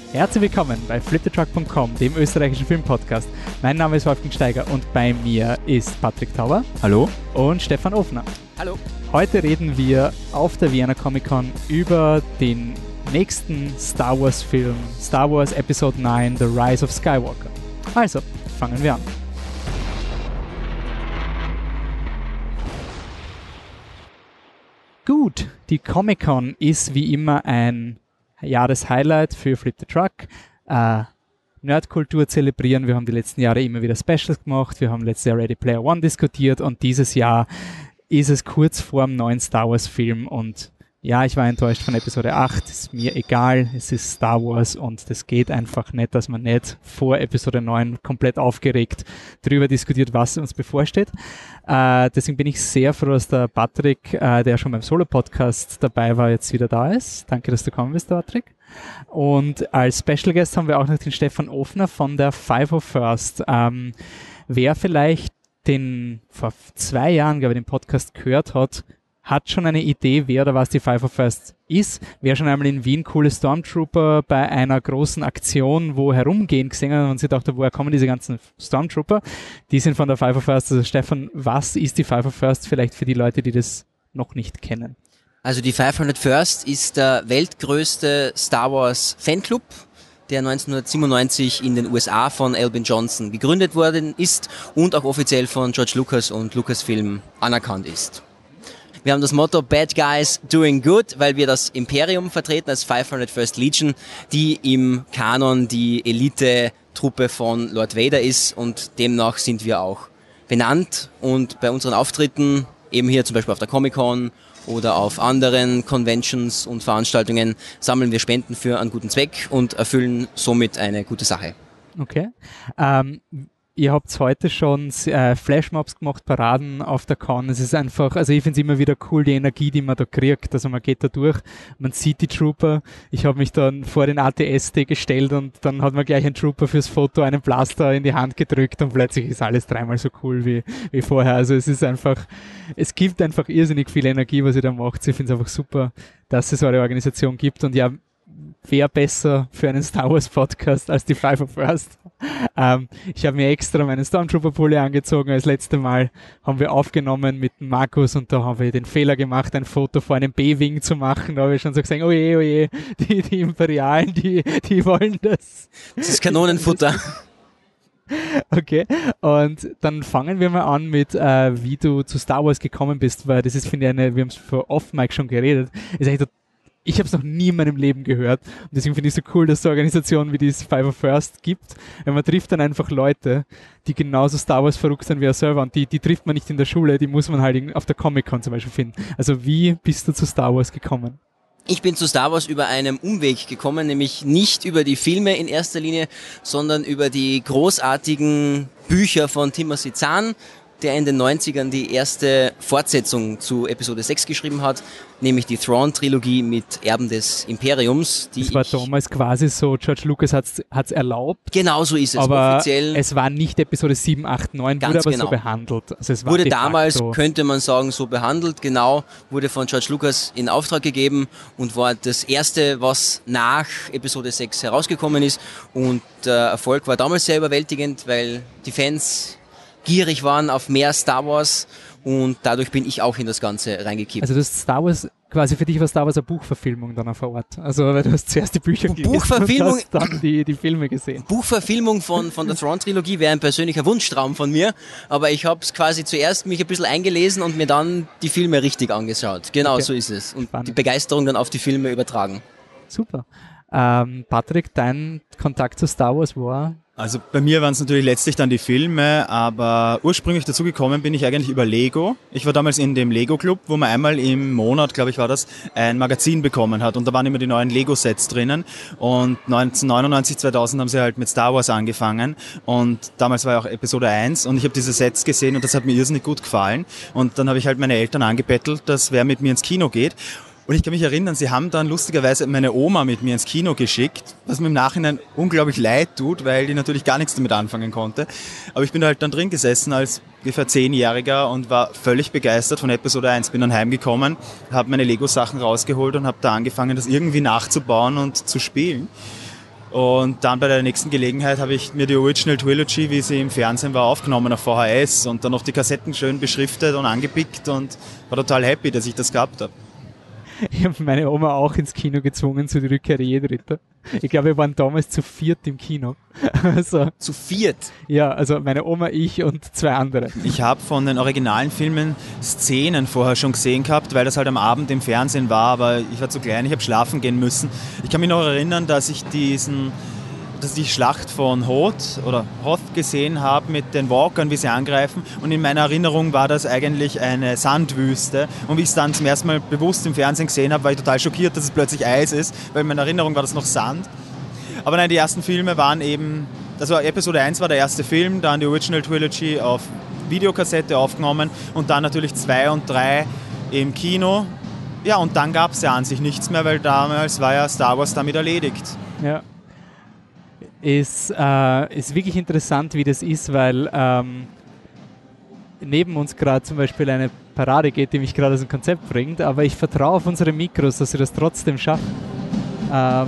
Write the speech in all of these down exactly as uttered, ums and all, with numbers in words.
Herzlich willkommen bei flip the truck punkt com, dem österreichischen Filmpodcast. Mein Name ist Wolfgang Steiger und bei mir ist Patrick Tauber. Hallo. Und Stefan Ofner. Hallo. Heute reden wir auf der Vienna Comic Con über den nächsten Star Wars Film, Star Wars Episode neun, The Rise of Skywalker. Also, fangen wir an. Gut, die Comic Con ist wie immer ein Jahreshighlight für Flip the Truck. Äh, Nerdkultur zelebrieren. Wir haben die letzten Jahre immer wieder Specials gemacht. Wir haben letztes Jahr Ready Player One diskutiert und dieses Jahr ist es kurz vor dem neuen Star Wars Film und ja, ich war enttäuscht von Episode acht, ist mir egal, es ist Star Wars und das geht einfach nicht, dass man nicht vor Episode neun komplett aufgeregt darüber diskutiert, was uns bevorsteht. Äh, deswegen bin ich sehr froh, dass der Patrick, äh, der schon beim Solo-Podcast dabei war, jetzt wieder da ist. Danke, dass du gekommen bist, Patrick. Und als Special Guest haben wir auch noch den Stefan Ofner von der five oh First. Ähm, wer vielleicht den vor zwei Jahren, glaube ich, den Podcast gehört hat, hat schon eine Idee, wer oder was die five oh First ist. Wer schon einmal in Wien coole Stormtrooper bei einer großen Aktion, wo herumgehen gesehen hat und sich dachte, woher kommen diese ganzen Stormtrooper? Die sind von der five oh First. Also Stefan, was ist die five oh First vielleicht für die Leute, die das noch nicht kennen? Also die five hundred First ist der weltgrößte Star Wars Fanclub, der neunzehnhundertsiebenundneunzig in den U S A von Albin Johnson gegründet worden ist und auch offiziell von George Lucas und Lucasfilm anerkannt ist. Wir haben das Motto Bad Guys Doing Good, weil wir das Imperium vertreten als five hundred First Legion, die im Kanon die Elite-Truppe von Lord Vader ist und demnach sind wir auch benannt. Und bei unseren Auftritten, eben hier zum Beispiel auf der Comic-Con oder auf anderen Conventions und Veranstaltungen, sammeln wir Spenden für einen guten Zweck und erfüllen somit eine gute Sache. Okay. Ähm Ihr habt heute schon äh, Flashmobs gemacht, Paraden auf der Con. Es ist einfach, also ich finde es immer wieder cool, die Energie, die man da kriegt. Also man geht da durch, man sieht die Trooper. Ich habe mich dann vor den A T S-T gestellt und dann hat man gleich einen Trooper fürs Foto, einen Blaster in die Hand gedrückt und plötzlich ist alles dreimal so cool wie, wie vorher. Also es ist einfach, es gibt einfach irrsinnig viel Energie, was ihr da macht. Ich finde es einfach super, dass es so eine Organisation gibt und ja, wer besser für einen Star Wars Podcast als die five oh First. Ähm, ich habe mir extra meinen Stormtrooper-Pulli angezogen. Als letzte Mal haben wir aufgenommen mit Markus und da haben wir den Fehler gemacht, ein Foto vor einem B-Wing zu machen. Da habe ich schon so gesagt, oje, oje, die, die Imperialen, die, die wollen das. Das ist Kanonenfutter. Okay, und dann fangen wir mal an mit, äh, wie du zu Star Wars gekommen bist, weil das ist, finde ich, eine, wir haben es vor Off-Mic schon geredet, ist eigentlich ich habe es noch nie in meinem Leben gehört und deswegen finde ich es so cool, dass es so Organisationen wie die five oh First gibt, weil man trifft dann einfach Leute, die genauso Star Wars verrückt sind wie er selber und die, die trifft man nicht in der Schule, die muss man halt auf der Comic-Con zum Beispiel finden. Also wie bist du zu Star Wars gekommen? Ich bin zu Star Wars über einen Umweg gekommen, nämlich nicht über die Filme in erster Linie, sondern über die großartigen Bücher von Timothy Zahn, der in den neunzigern die erste Fortsetzung zu Episode sechs geschrieben hat, nämlich die Thrawn-Trilogie mit Erben des Imperiums. Die das war damals quasi so, George Lucas hat es erlaubt. Genau so ist es, aber offiziell. Es war nicht Episode sieben, acht, neun, wurde aber genau. so behandelt. Also es war wurde damals, könnte man sagen, so behandelt, genau, wurde von George Lucas in Auftrag gegeben und war das erste, was nach Episode sechs herausgekommen ist und der Erfolg war damals sehr überwältigend, weil die Fans gierig waren auf mehr Star Wars und dadurch bin ich auch in das Ganze reingekippt. Also du hast Star Wars, quasi für dich war Star Wars eine Buchverfilmung dann vor Ort. Also weil du hast zuerst die Bücher gelesen Buchverfilmung, und hast dann die, die Filme gesehen. Buchverfilmung von, von der Thrawn-Trilogie wäre ein persönlicher Wunschtraum von mir, aber ich habe es quasi zuerst mich ein bisschen eingelesen und mir dann die Filme richtig angeschaut. Genau, okay. So ist es. Und Spannend. Die Begeisterung dann auf die Filme übertragen. Super. Ähm, Patrick, dein Kontakt zu Star Wars war... Also bei mir waren es natürlich letztlich dann die Filme, aber ursprünglich dazu gekommen bin ich eigentlich über Lego. Ich war damals in dem Lego-Club, wo man einmal im Monat, glaube ich war das, ein Magazin bekommen hat und da waren immer die neuen Lego-Sets drinnen und neunzehnhundertneunundneunzig, zweitausend haben sie halt mit Star Wars angefangen und damals war ja auch Episode eins und ich habe diese Sets gesehen und das hat mir irrsinnig gut gefallen und dann habe ich halt meine Eltern angebettelt, dass wer mit mir ins Kino geht. Und ich kann mich erinnern, sie haben dann lustigerweise meine Oma mit mir ins Kino geschickt, was mir im Nachhinein unglaublich leid tut, weil die natürlich gar nichts damit anfangen konnte. Aber ich bin da halt dann drin gesessen als ungefähr Zehnjähriger und war völlig begeistert von Episode eins. Bin dann heimgekommen, habe meine Lego-Sachen rausgeholt und habe da angefangen, das irgendwie nachzubauen und zu spielen. Und dann bei der nächsten Gelegenheit habe ich mir die Original Trilogy, wie sie im Fernsehen war, aufgenommen auf V H S und dann noch die Kassetten schön beschriftet und angepickt und war total happy, dass ich das gehabt habe. Ich habe meine Oma auch ins Kino gezwungen zu die Rückkehr der Jedi-Ritter. Ich glaube, wir waren damals zu viert im Kino. Also, Zu viert? ja, also meine Oma, ich und zwei andere. Ich habe von den originalen Filmen Szenen vorher schon gesehen gehabt, weil das halt am Abend im Fernsehen war, aber ich war zu klein, ich habe schlafen gehen müssen. Ich kann mich noch erinnern, dass ich diesen, dass ich die Schlacht von Hoth oder Hoth gesehen habe mit den Walkern, wie sie angreifen, und in meiner Erinnerung war das eigentlich eine Sandwüste, und wie ich es dann zum ersten Mal bewusst im Fernsehen gesehen habe, war ich total schockiert, dass es plötzlich Eis ist, weil in meiner Erinnerung war das noch Sand. Aber nein, die ersten Filme waren eben, also Episode eins war der erste Film, dann die Original Trilogy auf Videokassette aufgenommen und dann natürlich zwei und drei im Kino. Ja, und dann gab es ja an sich nichts mehr, weil damals war ja Star Wars damit erledigt. Ja. Ist, äh, ist wirklich interessant, wie das ist, weil ähm, neben uns gerade zum Beispiel eine Parade geht, die mich gerade aus dem Konzept bringt, aber ich vertraue auf unsere Mikros, dass sie das trotzdem schaffen. Ähm,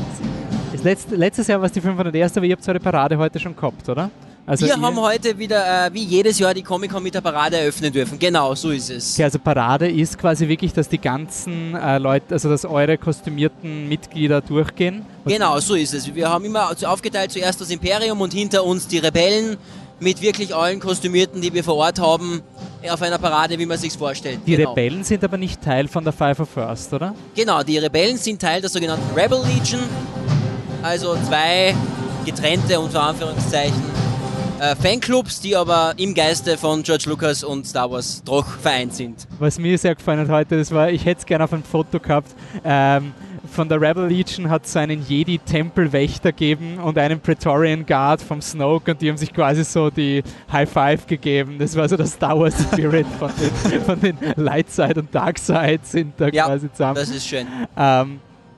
das letzte, letztes Jahr war es die fünfhunderterste, aber ihr habt so eine Parade heute schon gehabt, oder? Also wir ihr, haben heute wieder, äh, wie jedes Jahr, die Comic-Con mit der Parade eröffnen dürfen. Genau, so ist es. Okay, also Parade ist quasi wirklich, dass die ganzen äh, Leute, also dass eure kostümierten Mitglieder durchgehen. Genau, so ist es. Wir haben immer aufgeteilt, zuerst das Imperium und hinter uns die Rebellen mit wirklich allen Kostümierten, die wir vor Ort haben, auf einer Parade, wie man sich vorstellt. Die genau. Rebellen sind aber nicht Teil von der Five of First, oder? Genau, die Rebellen sind Teil der sogenannten Rebel Legion, also zwei getrennte, unter Anführungszeichen, äh, Fanclubs, die aber im Geiste von George Lucas und Star Wars doch vereint sind. Was mir sehr gefallen hat heute, das war, ich hätte es gerne auf ein Foto gehabt, ähm, von der Rebel Legion hat es so einen Jedi-Tempelwächter gegeben und einen Praetorian Guard vom Snoke, und die haben sich quasi so die High Five gegeben. Das war so der Star Wars Spirit von den, von den Light Side und Dark Side sind da Ja, quasi zusammen. das ist schön. Ähm,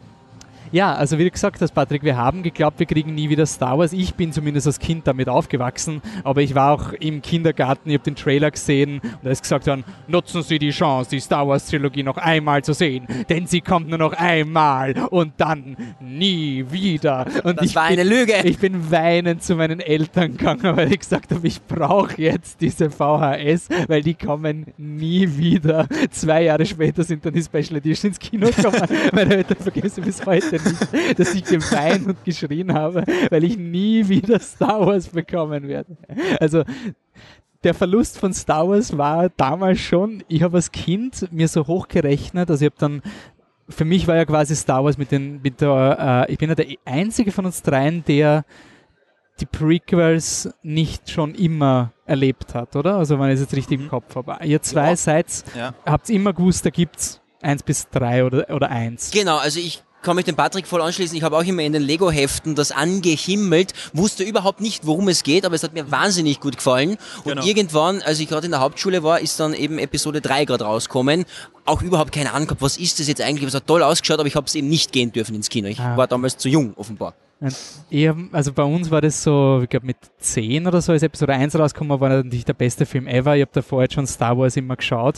ja, also wie du gesagt hast, Patrick, wir haben geglaubt, wir kriegen nie wieder Star Wars. Ich bin zumindest als Kind damit aufgewachsen, aber ich war auch im Kindergarten, ich habe den Trailer gesehen und da ist gesagt worden, nutzen Sie die Chance, die Star Wars Trilogie noch einmal zu sehen, denn sie kommt nur noch einmal und dann nie wieder. Und Das ich war bin, eine Lüge. Ich bin weinend zu meinen Eltern gegangen, weil ich gesagt habe, ich brauche jetzt diese V H S, weil die kommen nie wieder. Zwei Jahre später sind dann die Special Editions ins Kino gekommen. Meine Eltern vergessen bis heute nicht, dass ich geweint und geschrien habe, weil ich nie wieder Star Wars bekommen werde. Also der Verlust von Star Wars war damals schon, ich habe als Kind mir so hochgerechnet, also ich habe dann, für mich war ja quasi Star Wars mit den, mit der, äh, ich bin ja der einzige von uns dreien, der die Prequels nicht schon immer erlebt hat, oder? Also wenn ich es jetzt richtig im Kopf habe. Ihr zwei Ja. seid, Ja. habt immer gewusst, da gibt's eins bis drei oder, oder eins. Genau, also ich kann mich dem Patrick voll anschließen. Ich habe auch immer in den Lego-Heften das angehimmelt, wusste überhaupt nicht, worum es geht, aber es hat mir wahnsinnig gut gefallen. Und Genau. irgendwann, als ich gerade in der Hauptschule war, ist dann eben Episode drei gerade rausgekommen. Auch überhaupt keine Ahnung gehabt, was ist das jetzt eigentlich? Es hat toll ausgeschaut, aber ich habe es eben nicht gehen dürfen ins Kino. Ich Ah. war damals zu jung, offenbar. Und eher, also bei uns war das so, ich glaube mit zehn oder so, als Episode eins rausgekommen, war natürlich der beste Film ever. Ich habe davor jetzt schon Star Wars immer geschaut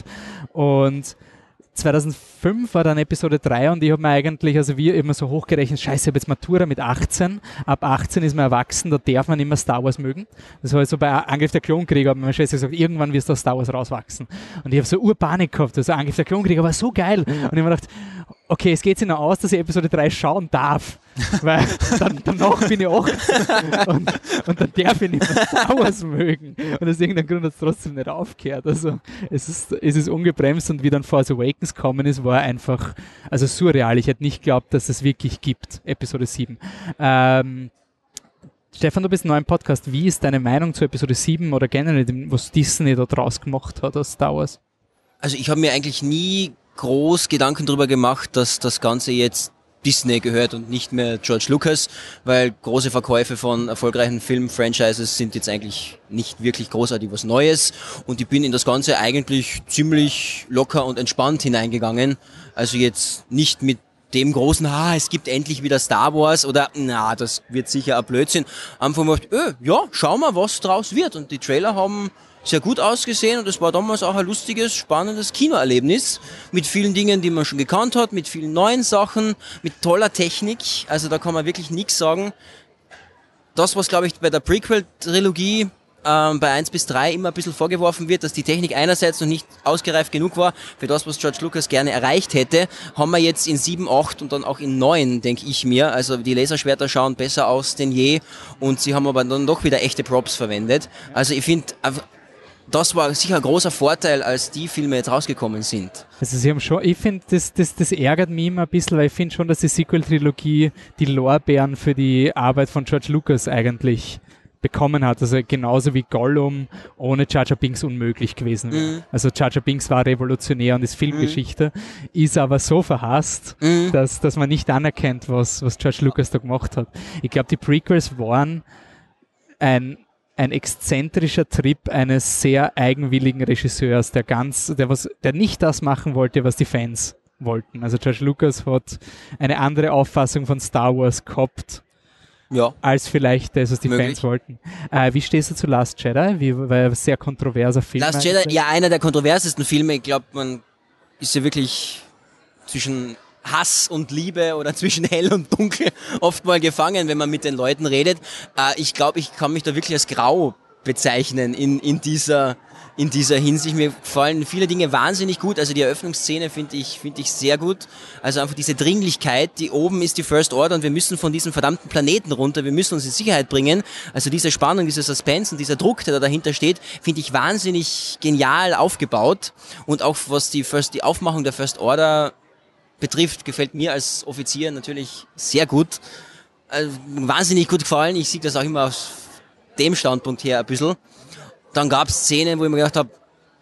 und zweitausendfünf war dann Episode drei und ich habe mir eigentlich, also wir immer so hochgerechnet, scheiße, ich habe jetzt Matura mit achtzehn, ab achtzehn ist man erwachsen, da darf man immer Star Wars mögen. Das war so bei Angriff der Klonkrieger, hat meine Schwester gesagt, irgendwann wirst du aus Star Wars rauswachsen. Und ich habe so Urpanik gehabt, also Angriff der Klonkrieger war so geil. Und ich habe mir gedacht, okay, es geht sich noch aus, dass ich Episode drei schauen darf, weil dann, danach bin ich achtzehn und, und dann darf ich nicht mehr Star Wars mögen. Und aus irgendeinem Grund hat es trotzdem nicht aufgehört. Also es ist, es ist ungebremst und wie dann Force Awakens gekommen ist, war einfach, also surreal. Ich hätte nicht geglaubt, dass es wirklich gibt, Episode sieben. Ähm, Stefan, du bist neu im Podcast. Wie ist deine Meinung zu Episode sieben oder generell dem, was Disney da draus gemacht hat aus Star Wars? Also ich habe mir eigentlich nie groß Gedanken darüber gemacht, dass das Ganze jetzt Disney gehört und nicht mehr George Lucas, weil große Verkäufe von erfolgreichen Film-Franchises sind jetzt eigentlich nicht wirklich großartig was Neues und ich bin in das Ganze eigentlich ziemlich locker und entspannt hineingegangen. Also jetzt nicht mit dem großen, ah, es gibt endlich wieder Star Wars oder, na, das wird sicher ein Blödsinn. Einfach mal, öh, ja, schau mal, was draus wird. Und die Trailer haben sehr gut ausgesehen und es war damals auch ein lustiges, spannendes Kinoerlebnis mit vielen Dingen, die man schon gekannt hat, mit vielen neuen Sachen, mit toller Technik. Also da kann man wirklich nichts sagen. Das, was glaube ich bei der Prequel-Trilogie ähm, bei eins bis drei immer ein bisschen vorgeworfen wird, dass die Technik einerseits noch nicht ausgereift genug war für das, was George Lucas gerne erreicht hätte, haben wir jetzt in sieben, acht und dann auch in neun, denke ich mir. Also die Laserschwerter schauen besser aus denn je und sie haben aber dann doch wieder echte Props verwendet. Also ich finde, das war sicher ein großer Vorteil, als die Filme jetzt rausgekommen sind. Also sie haben schon, ich finde, das, das, das ärgert mich immer ein bisschen, weil ich finde schon, dass die Sequel-Trilogie die Lorbeeren für die Arbeit von George Lucas eigentlich bekommen hat. Also genauso wie Gollum ohne Jar Jar Binks unmöglich gewesen wäre. Mhm. Also Jar Jar Binks war revolutionär und ist Filmgeschichte, mhm. ist aber so verhasst, mhm. dass, dass man nicht anerkennt, was, was George Lucas da gemacht hat. Ich glaube, die Prequels waren ein ein exzentrischer Trip eines sehr eigenwilligen Regisseurs, der ganz, der was, der nicht das machen wollte, was die Fans wollten. Also George Lucas hat eine andere Auffassung von Star Wars gehabt, ja, als vielleicht das, was die möglich. Fans wollten. Äh, wie stehst du zu Last Jedi? Wie, war ein sehr kontroverser Film. Last Jedi, eigentlich. Ja, einer der kontroversesten Filme. Ich glaube, man ist ja wirklich zwischen Hass und Liebe oder zwischen hell und dunkel oft mal gefangen, wenn man mit den Leuten redet. Äh, ich glaube, ich kann mich da wirklich als grau bezeichnen in, in dieser in dieser Hinsicht. Mir gefallen viele Dinge wahnsinnig gut. Also die Eröffnungsszene finde ich finde ich sehr gut. Also einfach diese Dringlichkeit, die oben ist die First Order und wir müssen von diesem verdammten Planeten runter, wir müssen uns in Sicherheit bringen. Also diese Spannung, dieser Suspense und dieser Druck, der da dahinter steht, finde ich wahnsinnig genial aufgebaut. Und auch was die First, die Aufmachung der First Order betrifft, gefällt mir als Offizier natürlich sehr gut. Also, wahnsinnig gut gefallen. Ich sehe das auch immer aus dem Standpunkt her ein bisschen. Dann gab es Szenen, wo ich mir gedacht habe,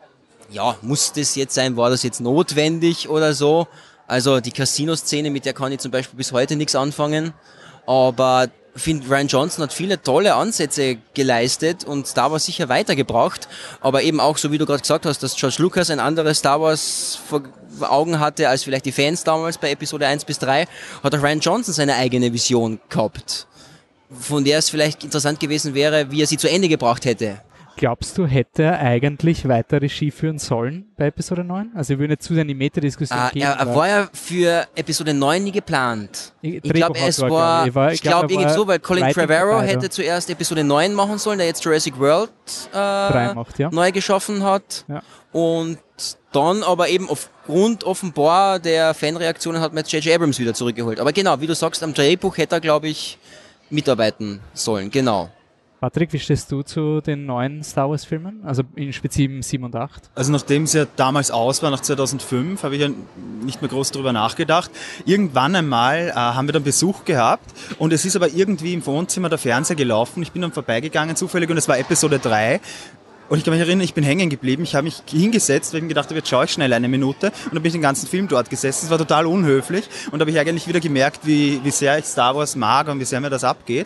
ja, muss das jetzt sein? War das jetzt notwendig oder so? Also die Casino-Szene, mit der kann ich zum Beispiel bis heute nichts anfangen. Aber ich finde, Rian Johnson hat viele tolle Ansätze geleistet und Star Wars sicher weitergebracht. Aber eben auch, so wie du gerade gesagt hast, dass George Lucas ein anderes Star Wars vor Augen hatte, als vielleicht die Fans damals bei Episode eins bis drei, hat auch Rian Johnson seine eigene Vision gehabt, von der es vielleicht interessant gewesen wäre, wie er sie zu Ende gebracht hätte. Glaubst du, hätte er eigentlich weiter Regie führen sollen bei Episode neun? Also ich will nicht zu sehr in die Meta-Diskussion ah, gehen. Er, er war ja für Episode neun nie geplant. Ich, ich glaube, es war, war, ich, war, ich glaube glaub, irgendwie so, weil Colin Trevorrow hätte zuerst Episode neun machen sollen, der jetzt Jurassic World äh, macht, ja. neu geschaffen hat. Ja. Und dann aber eben aufgrund offenbar der Fanreaktionen hat man jetzt J J Abrams wieder zurückgeholt. Aber genau, wie du sagst, am Drehbuch hätte er, glaube ich, mitarbeiten sollen. Genau. Patrick, wie stehst du zu den neuen Star Wars Filmen? Also in speziell sieben und acht? Also nachdem es ja damals aus war, nach zweitausendfünf, habe ich ja nicht mehr groß drüber nachgedacht. Irgendwann einmal äh, haben wir dann Besuch gehabt und es ist aber irgendwie im Wohnzimmer der Fernseher gelaufen. Ich bin dann vorbeigegangen zufällig und es war Episode drei. Und ich kann mich erinnern, ich bin hängen geblieben. Ich habe mich hingesetzt, weil ich mir gedacht habe, jetzt schaue ich schnell eine Minute. Und dann bin ich den ganzen Film dort gesessen. Es war total unhöflich. Und da habe ich eigentlich wieder gemerkt, wie, wie sehr ich Star Wars mag und wie sehr mir das abgeht.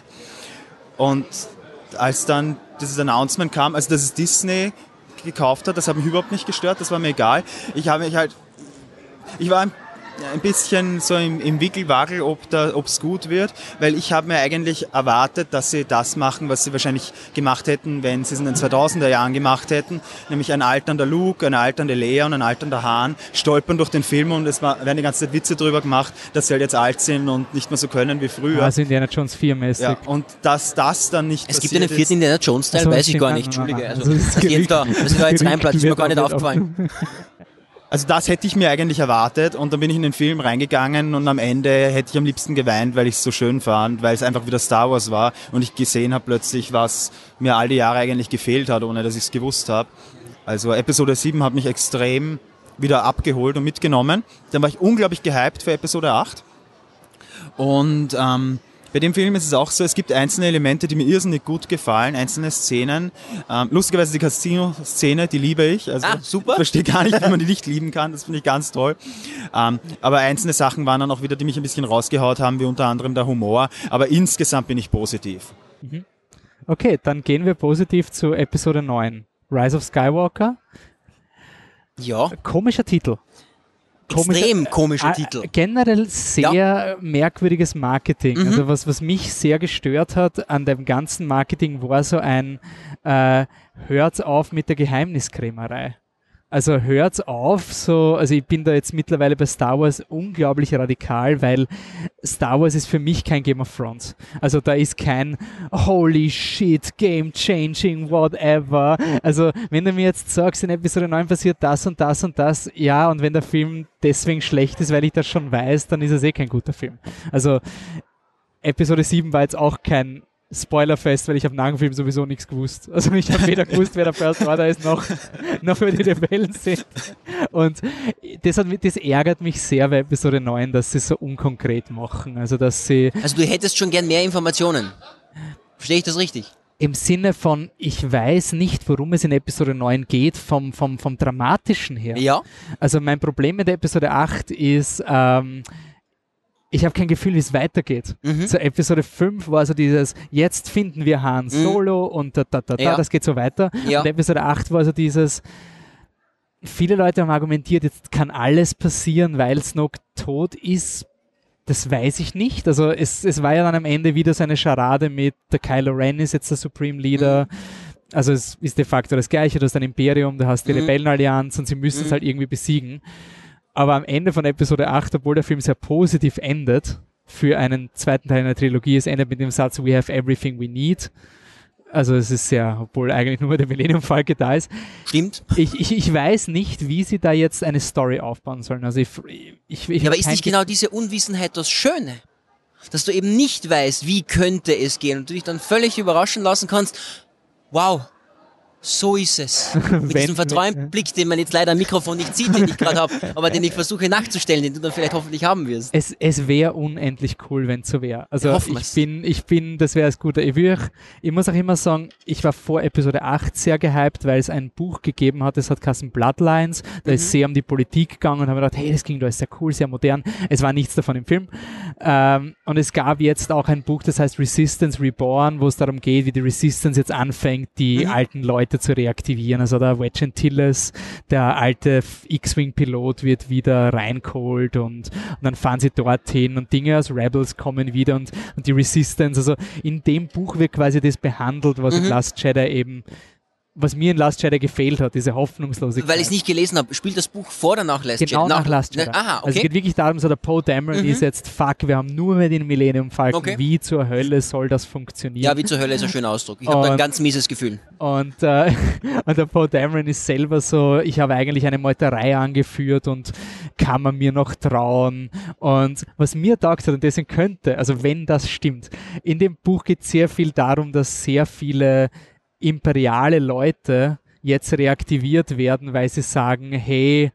Und als dann dieses Announcement kam, also dass es Disney gekauft hat, das hat mich überhaupt nicht gestört, das war mir egal. Ich habe mich halt, ich war ein, ein bisschen so im, im Wickelwackel, ob da, ob's gut wird, weil ich habe mir eigentlich erwartet, dass sie das machen, was sie wahrscheinlich gemacht hätten, wenn sie es in den zweitausender Jahren gemacht hätten, nämlich ein alternder Luke, eine alternde Leia und ein alternder Han stolpern durch den Film und es war, werden die ganze Zeit Witze drüber gemacht, dass sie halt jetzt alt sind und nicht mehr so können wie früher. Also Indiana Jones vier mäßig. Ja, und dass das dann nicht Es gibt einen vierten Indiana Jones Teil, also, weiß ich gar nicht, Entschuldige. Also, also jetzt da, dass ich da jetzt reinplatzt, ist mir gar nicht aufgefallen. Also das hätte ich mir eigentlich erwartet und dann bin ich in den Film reingegangen und am Ende hätte ich am liebsten geweint, weil ich es so schön fand, weil es einfach wieder Star Wars war und ich gesehen habe plötzlich, was mir all die Jahre eigentlich gefehlt hat, ohne dass ich es gewusst habe. Also Episode sieben hat mich extrem wieder abgeholt und mitgenommen. Dann war ich unglaublich gehypt für Episode acht und ähm, bei dem Film ist es auch so, es gibt einzelne Elemente, die mir irrsinnig gut gefallen, einzelne Szenen. Ähm, lustigerweise die Casino-Szene, die liebe ich. Also, ah, super. Ich verstehe gar nicht, wie man die nicht lieben kann, das finde ich ganz toll. Ähm, aber einzelne Sachen waren dann auch wieder, die mich ein bisschen rausgehaut haben, wie unter anderem der Humor. Aber insgesamt bin ich positiv. Mhm. Okay, dann gehen wir positiv zu Episode neun. Rise of Skywalker. Ja. Komischer Titel. extrem komischer äh, Titel. Generell sehr ja. merkwürdiges Marketing. Mhm. Also was, was mich sehr gestört hat an dem ganzen Marketing war so ein äh, hört's auf mit der Geheimniskrämerei. Also hört's auf, so, also ich bin da jetzt mittlerweile bei Star Wars unglaublich radikal, weil Star Wars ist für mich kein Game of Thrones. Also da ist kein holy shit, game changing, whatever. Also wenn du mir jetzt sagst, in Episode neun passiert das und das und das, ja, und wenn der Film deswegen schlecht ist, weil ich das schon weiß, dann ist es eh kein guter Film. Also Episode sieben war jetzt auch kein Spoilerfest, weil ich habe nach dem Film sowieso nichts gewusst. Also ich habe weder gewusst, wer der First Order ist, noch, noch wer die Rebellen sind. Und das, hat, das ärgert mich sehr bei Episode neun, dass sie so unkonkret machen. Also dass sie... Also du hättest schon gern mehr Informationen. Verstehe ich das richtig? Im Sinne von, ich weiß nicht, worum es in Episode neun geht, vom, vom, vom Dramatischen her. Ja. Also mein Problem mit Episode acht ist... Ähm, ich habe kein Gefühl, wie es weitergeht. Mhm. Zur Episode fünf war so dieses, jetzt finden wir Han Solo mhm. und da, da, da, da, ja. das geht so weiter. Ja. Und Episode acht war so dieses, viele Leute haben argumentiert, jetzt kann alles passieren, weil Snoke tot ist. Das weiß ich nicht. Also es, es war ja dann am Ende wieder so eine Scharade mit, der Kylo Ren ist jetzt der Supreme Leader. Mhm. Also es ist de facto das Gleiche, du hast ein Imperium, du hast die mhm. Rebellenallianz und sie müssen es mhm. halt irgendwie besiegen. Aber am Ende von Episode acht, obwohl der Film sehr positiv endet, für einen zweiten Teil einer Trilogie, es endet mit dem Satz, we have everything we need. Also es ist sehr, obwohl eigentlich nur der Millennium Falcon da ist. Stimmt. Ich, ich, ich weiß nicht, wie sie da jetzt eine Story aufbauen sollen. Also ich, ich, ich ja, aber ist nicht genau diese Unwissenheit das Schöne? Dass du eben nicht weißt, wie könnte es gehen und du dich dann völlig überraschen lassen kannst, wow, so ist es. Mit Wenn, diesem verträumten Blick, den man jetzt leider am Mikrofon nicht sieht, den ich gerade habe, aber den ich versuche nachzustellen, den du dann vielleicht hoffentlich haben wirst. Es, es wäre unendlich cool, wenn es so wäre. Also ich bin, ich bin, das wäre das Gute. Ich, will, ich muss auch immer sagen, ich war vor Episode acht sehr gehypt, weil es ein Buch gegeben hat, das hat geheißen Bloodlines, da mhm. ist sehr um die Politik gegangen und habe gedacht, hey, das klingt alles sehr cool, sehr modern. Es war nichts davon im Film. Ähm, und es gab jetzt auch ein Buch, das heißt Resistance Reborn, wo es darum geht, wie die Resistance jetzt anfängt, die mhm. alten Leute zu reaktivieren. Also der Wedge Antilles, der alte X-Wing-Pilot, wird wieder reingeholt und, und dann fahren sie dorthin und Dinge aus Rebels kommen wieder und, und die Resistance. Also in dem Buch wird quasi das behandelt, was mhm. in Last Jedi eben, was mir in Last Jedi gefehlt hat, diese Hoffnungslosigkeit. Weil ich es nicht gelesen habe. Spielt das Buch vor oder nach Last genau Jedi? Genau nach Last Jedi. Aha, okay. Also es geht wirklich darum, so der Poe Dameron mhm. ist jetzt, fuck, wir haben nur mehr den Millennium Falcon. Okay. Wie zur Hölle soll das funktionieren? Ja, wie zur Hölle ist ein schöner Ausdruck. Ich habe ein ganz mieses Gefühl. Und, äh, und der Poe Dameron ist selber so, ich habe eigentlich eine Meuterei angeführt und kann man mir noch trauen? Und was mir taugt hat, und deswegen könnte, also wenn das stimmt, in dem Buch geht es sehr viel darum, dass sehr viele imperiale Leute jetzt reaktiviert werden, weil sie sagen, hey,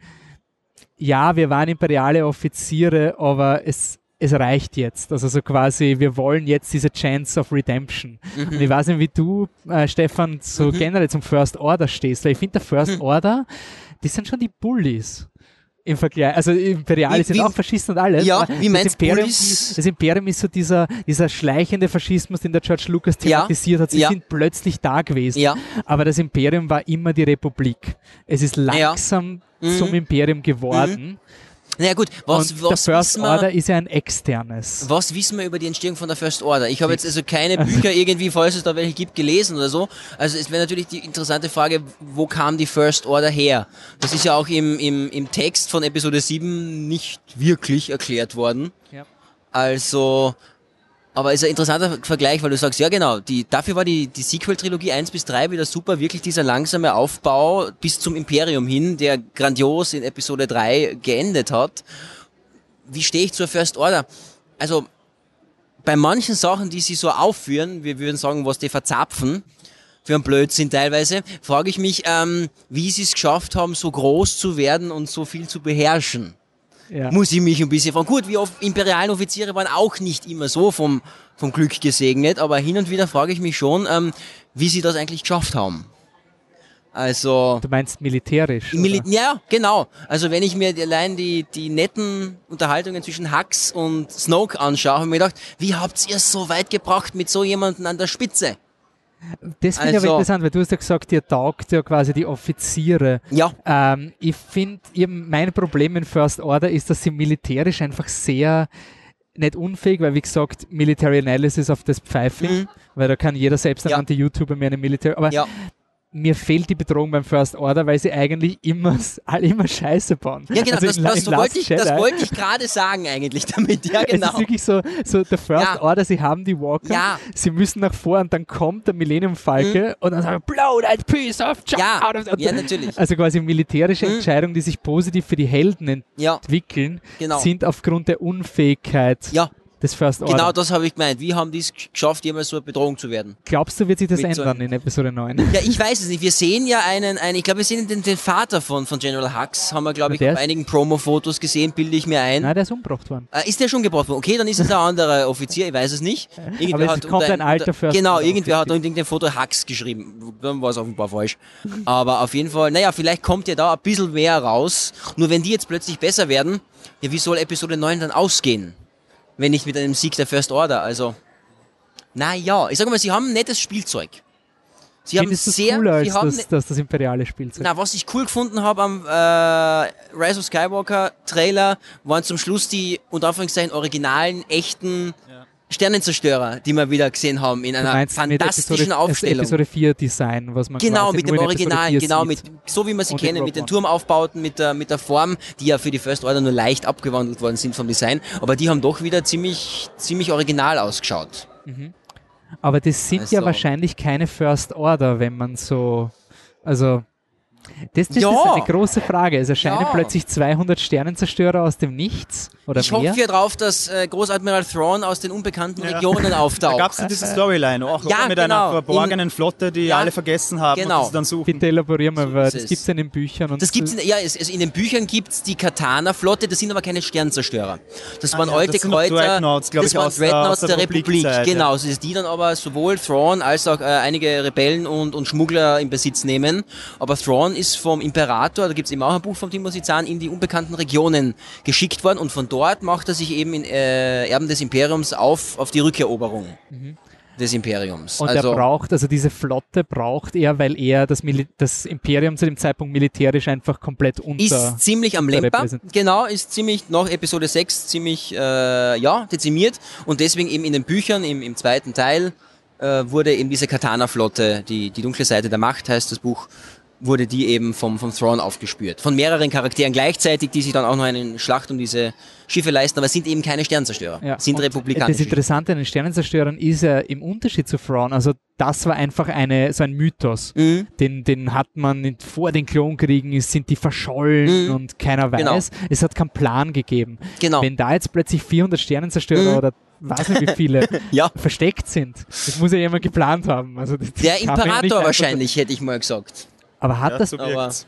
ja, wir waren imperiale Offiziere, aber es, es reicht jetzt. Also so quasi, wir wollen jetzt diese Chance of Redemption. Mhm. Und ich weiß nicht, wie du, äh, Stefan, so mhm. generell zum First Order stehst, weil ich finde, der First mhm. Order, die sind schon die Bullies. Im Vergleich, also Imperiale sind auch Faschisten und alles. Ja, wie meinst du? Das Imperium ist so dieser, dieser schleichende Faschismus, den der George Lucas thematisiert ja, hat. Sie ja. sind plötzlich da gewesen. Ja. Aber das Imperium war immer die Republik. Es ist langsam ja. zum mhm. Imperium geworden. Mhm. Na ja, gut, was, und was der First wir, Order ist ja ein externes. Was wissen wir über die Entstehung von der First Order? Ich habe jetzt also keine Bücher irgendwie, falls es da welche gibt, gelesen oder so. Also es wäre natürlich die interessante Frage, wo kam die First Order her? Das ist ja auch im, im, im Text von Episode sieben nicht wirklich erklärt worden. Ja. Also, aber ist ein interessanter Vergleich, weil du sagst, ja genau, die, dafür war die, die Sequel-Trilogie eins bis drei wieder super, wirklich dieser langsame Aufbau bis zum Imperium hin, der grandios in Episode drei geendet hat. Wie stehe ich zur First Order? Also, bei manchen Sachen, die sie so aufführen, wir würden sagen, was die verzapfen, für einen Blödsinn teilweise, frage ich mich, ähm, wie sie es geschafft haben, so groß zu werden und so viel zu beherrschen. Ja. Muss ich mich ein bisschen fragen. Gut, wir imperialen Offiziere waren auch nicht immer so vom, vom Glück gesegnet, aber hin und wieder frage ich mich schon, ähm, wie sie das eigentlich geschafft haben. Also. Du meinst militärisch? Mili- ja, genau. Also wenn ich mir allein die, die netten Unterhaltungen zwischen Hux und Snoke anschaue, habe ich mir gedacht, wie habt ihr es so weit gebracht mit so jemandem an der Spitze? Das finde ich Also- aber interessant, weil du hast ja gesagt, ihr taugt ja quasi die Offiziere. Ja, Ähm, ich finde, mein Problem in First Order ist, dass sie militärisch einfach sehr nicht unfähig, weil wie gesagt, Military Analysis auf das Pfeifling, Mhm. weil da kann jeder Ja. selbsternannte YouTuber mehr eine Military, aber ja. mir fehlt die Bedrohung beim First Order, weil sie eigentlich immer, alle immer Scheiße bauen. Ja, genau, Also das, in- das, in so Last wollte ich, das Jedi- wollte ich gerade sagen eigentlich damit. Ja, Es genau. ist wirklich so, so der First Ja. Order, sie haben die Walker, Ja. sie müssen nach vor und dann kommt der Millennium Falke und dann sagen wir, blow that piece of junk Ja, out of the-" ja, natürlich. Also quasi militärische Mhm. Entscheidungen, die sich positiv für die Helden Ja, entwickeln, genau. sind aufgrund der Unfähigkeit Ja, des First Order. genau das habe ich gemeint. Wie haben die es geschafft, jemals so eine Bedrohung zu werden? Glaubst du, wird sich das Mit so ändern in Episode neun? Ja, ich weiß es nicht. Wir sehen ja einen, einen ich glaube, wir sehen den, den Vater von, von General Hux, haben wir, glaube Na, ich, der auf ist- einigen Promo-Fotos gesehen, bilde ich mir ein. Nein, der ist umgebracht worden. Äh, ist der schon gebraucht worden? Okay, dann ist es ein anderer Offizier, ich weiß es nicht. Irgendwer Aber es kommt unter ein alter unter- First Genau, Order irgendwer hat Offizier. unter irgendein Foto Hux geschrieben. Dann war es offenbar falsch. Aber auf jeden Fall, naja, vielleicht kommt ja da ein bisschen mehr raus. Nur wenn die jetzt plötzlich besser werden, ja, wie soll Episode neun dann ausgehen? Wenn nicht mit einem Sieg der First Order, also... Naja, ich sage mal, sie haben ein nettes Spielzeug. Sie haben Findest du es sehr... cooler, als sie haben das, das, das imperiale Spielzeug? na, was ich cool gefunden habe am äh, Rise of Skywalker Trailer, waren zum Schluss die, unter Anführungszeichen, originalen, echten Sternenzerstörer, die wir wieder gesehen haben in Du einer meinst mit fantastischen Episode, Aufstellung. Episode vier Design, was man Genau, quasi mit nur dem in Episode Original, vier genau, sieht. mit, so wie wir sie Und in kennen, Rogue mit den One. Turmaufbauten, mit der, mit der Form, die ja für die First Order nur leicht abgewandelt worden sind vom Design, aber die haben doch wieder ziemlich, ziemlich original ausgeschaut. Aber das sind ja Also- wahrscheinlich keine First Order, wenn man so, also das, das Ja. ist eine große Frage. Es erscheinen Ja. plötzlich zweihundert Sternenzerstörer aus dem Nichts oder Ich mehr. hoffe ja drauf, dass äh, Großadmiral Thrawn aus den unbekannten Ja. Regionen Da auftaucht. gab es ja diese Storyline, auch Ja, mit genau. einer verborgenen Flotte, die Ja. alle vergessen haben Genau. und die sie dann suchen. Bitte elaborieren wir, So weil ist das es. gibt es in den Büchern. Und Das gibt's in, ja, es, es, in den Büchern gibt's die Katana-Flotte, das sind aber keine Sternzerstörer. Das Ah, waren ja, alte das sind noch Kreuzer, Dreadnoughts, glaub das ich, waren aus der- Dreadnoughts aus der der Republik, Republikzeit, ja. genau. So ist die dann aber sowohl Thrawn als auch äh, einige Rebellen und, und Schmuggler in Besitz nehmen. Aber Thrawn ist vom Imperator, da gibt's eben auch ein Buch von Timothy Zahn, in die unbekannten Regionen geschickt worden und von dort macht er sich eben in äh, Erben des Imperiums auf, auf die Rückeroberung des Imperiums. Und also, er braucht, also diese Flotte braucht er, weil er das, Mili das Imperium zu dem Zeitpunkt militärisch einfach komplett unter... ist ziemlich am Lemper, repräsentiert. genau, ist ziemlich, nach Episode sechs ziemlich, äh, ja, dezimiert und deswegen eben in den Büchern, im, im zweiten Teil, äh, wurde eben diese Katana-Flotte, die, die dunkle Seite der Macht heißt das Buch, wurde die eben vom, vom Thrawn aufgespürt. Von mehreren Charakteren gleichzeitig, die sich dann auch noch eine Schlacht um diese Schiffe leisten, aber es sind eben keine Sternzerstörer, Ja, sind und republikanische Das Interessante an den Sternenzerstörern ist ja im Unterschied zu Thrawn, also das war einfach eine, so ein Mythos. Mhm. Den, den hat man in, vor den Klonkriegen, ist- sind die verschollen Mhm. und keiner weiß. Genau. Es hat keinen Plan gegeben. Genau. Wenn da jetzt plötzlich vierhundert Sternenzerstörer Mhm. oder weiß nicht wie viele Ja. versteckt sind, das muss ja jemand geplant haben. Also das, das Der kann man ja nicht Imperator einfach- wahrscheinlich, hätte ich mal gesagt. Aber hat Ja, das so aber- wirkt's.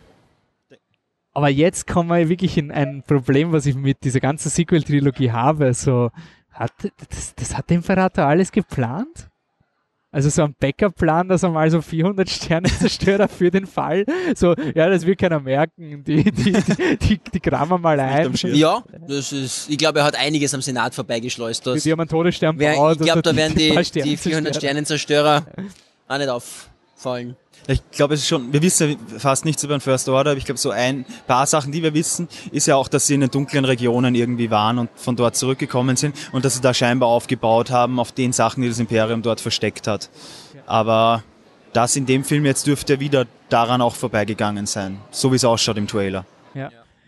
Aber jetzt kommen wir wirklich in ein Problem, was ich mit dieser ganzen Sequel-Trilogie habe. So, hat, das, das hat der Imperator alles geplant? Also so ein Backup-Plan, dass er mal so vierhundert Sternenzerstörer für den Fall, so, ja, das will keiner merken, die, die, die, die, die kramen wir mal ein. am Schirm. Ja, das ist, ich glaube, er hat einiges am Senat vorbeigeschleust. Die, Das die haben einen Todesstern Wär, gebaut, ich glaube, also da werden die, paar die vierhundert Sternenzerstörer. Sternenzerstörer auch nicht auffallen. Ich glaube, es ist schon, wir wissen ja fast nichts über den First Order, aber ich glaube, so ein paar Sachen, die wir wissen, ist ja auch, dass sie in den dunklen Regionen irgendwie waren und von dort zurückgekommen sind und dass sie da scheinbar aufgebaut haben auf den Sachen, die das Imperium dort versteckt hat. Aber das in dem Film jetzt dürfte wieder daran auch vorbeigegangen sein, so wie es ausschaut im Trailer. Ja.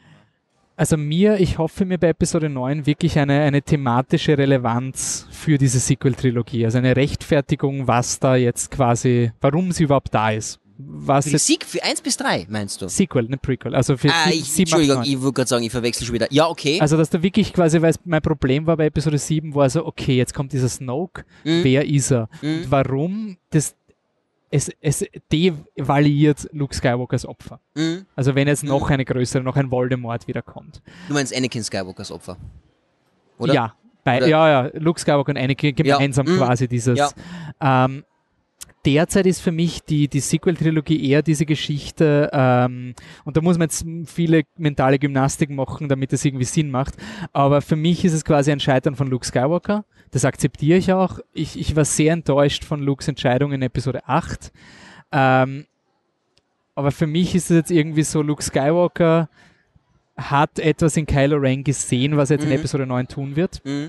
Also mir, ich hoffe mir bei Episode neun wirklich eine, eine thematische Relevanz für diese Sequel-Trilogie. Also eine Rechtfertigung, was da jetzt quasi, warum sie überhaupt da ist. Was Für die jetzt Sieg, für eins bis drei, meinst du? Sequel, nicht Prequel. Also für Ah, sieben, ich, sieben, acht, Entschuldigung, neun. ich wollte gerade sagen, ich verwechsel schon wieder. Ja, okay. Also dass da wirklich quasi, weil es mein Problem war bei Episode sieben, war so, okay, jetzt kommt dieser Snoke, Mhm. wer ist er? Mhm. Und warum das, es, es devaluiert Luke Skywalkers Opfer. Mhm. Also wenn jetzt noch Mhm. eine größere, noch ein Voldemort wiederkommt. Du meinst Anakin Skywalkers Opfer? Oder? Ja, bei, Oder- ja, ja, Luke Skywalker und Anakin gemeinsam Ja. Mhm. quasi dieses. Ja. Ähm, derzeit ist für mich die, die Sequel-Trilogie eher diese Geschichte, ähm, und da muss man jetzt viele mentale Gymnastik machen, damit es irgendwie Sinn macht, aber für mich ist es quasi ein Scheitern von Luke Skywalker. Das akzeptiere ich auch. Ich, ich war sehr enttäuscht von Lukes Entscheidung in Episode acht. Ähm, aber für mich ist es jetzt irgendwie so, Luke Skywalker hat etwas in Kylo Ren gesehen, was er jetzt Mhm. in Episode neun tun wird, Mhm.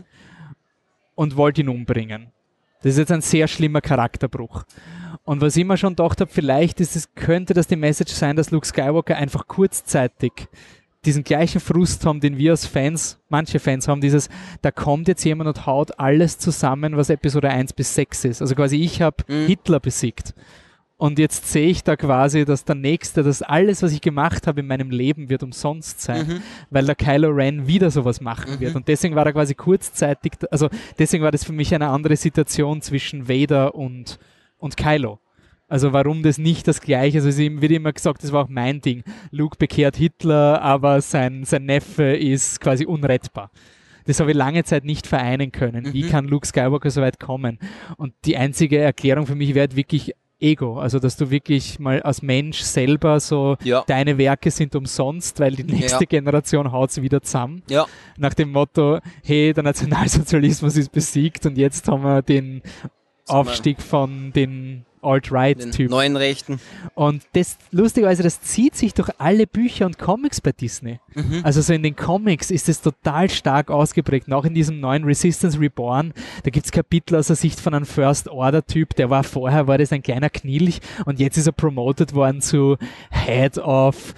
und wollte ihn umbringen. Das ist jetzt ein sehr schlimmer Charakterbruch. Und was ich mir schon gedacht habe, vielleicht ist es, könnte das die Message sein, dass Luke Skywalker einfach kurzzeitig diesen gleichen Frust haben, den wir als Fans, manche Fans haben, dieses, da kommt jetzt jemand und haut alles zusammen, was Episode eins bis sechs ist. Also quasi ich habe Mhm. Hitler besiegt. Und jetzt sehe ich da quasi, dass der Nächste, dass alles, was ich gemacht habe in meinem Leben, wird umsonst sein, Mhm. weil der Kylo Ren wieder sowas machen Mhm. wird. Und deswegen war er quasi kurzzeitig, also deswegen war das für mich eine andere Situation zwischen Vader und, und Kylo. Also warum das nicht das Gleiche ist, also es wird immer gesagt, das war auch mein Ding. Luke bekehrt Hitler, aber sein, sein Neffe ist quasi unrettbar. Das habe ich lange Zeit nicht vereinen können. Wie Mhm. kann Luke Skywalker so weit kommen? Und die einzige Erklärung für mich wäre halt wirklich Ego. Also dass du wirklich mal als Mensch selber so, Ja. deine Werke sind umsonst, weil die nächste Ja. Generation haut sie wieder zusammen. Ja. Nach dem Motto, hey, der Nationalsozialismus ist besiegt und jetzt haben wir den Aufstieg von den Den Alt-Right-Typen. neuen Rechten. Und das, lustigerweise, das zieht sich durch alle Bücher und Comics bei Disney. Mhm. Also so in den Comics ist es total stark ausgeprägt. Und auch in diesem neuen Resistance Reborn, da gibt es Kapitel aus der Sicht von einem First-Order-Typ, der war vorher, war das ein kleiner Knilch und jetzt ist er promoted worden zu Head of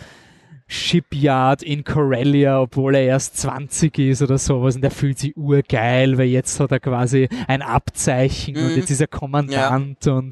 Shipyard in Corellia, obwohl er erst zwanzig ist oder sowas, und der fühlt sich urgeil, weil jetzt hat er quasi ein Abzeichen Mhm. und jetzt ist er Kommandant und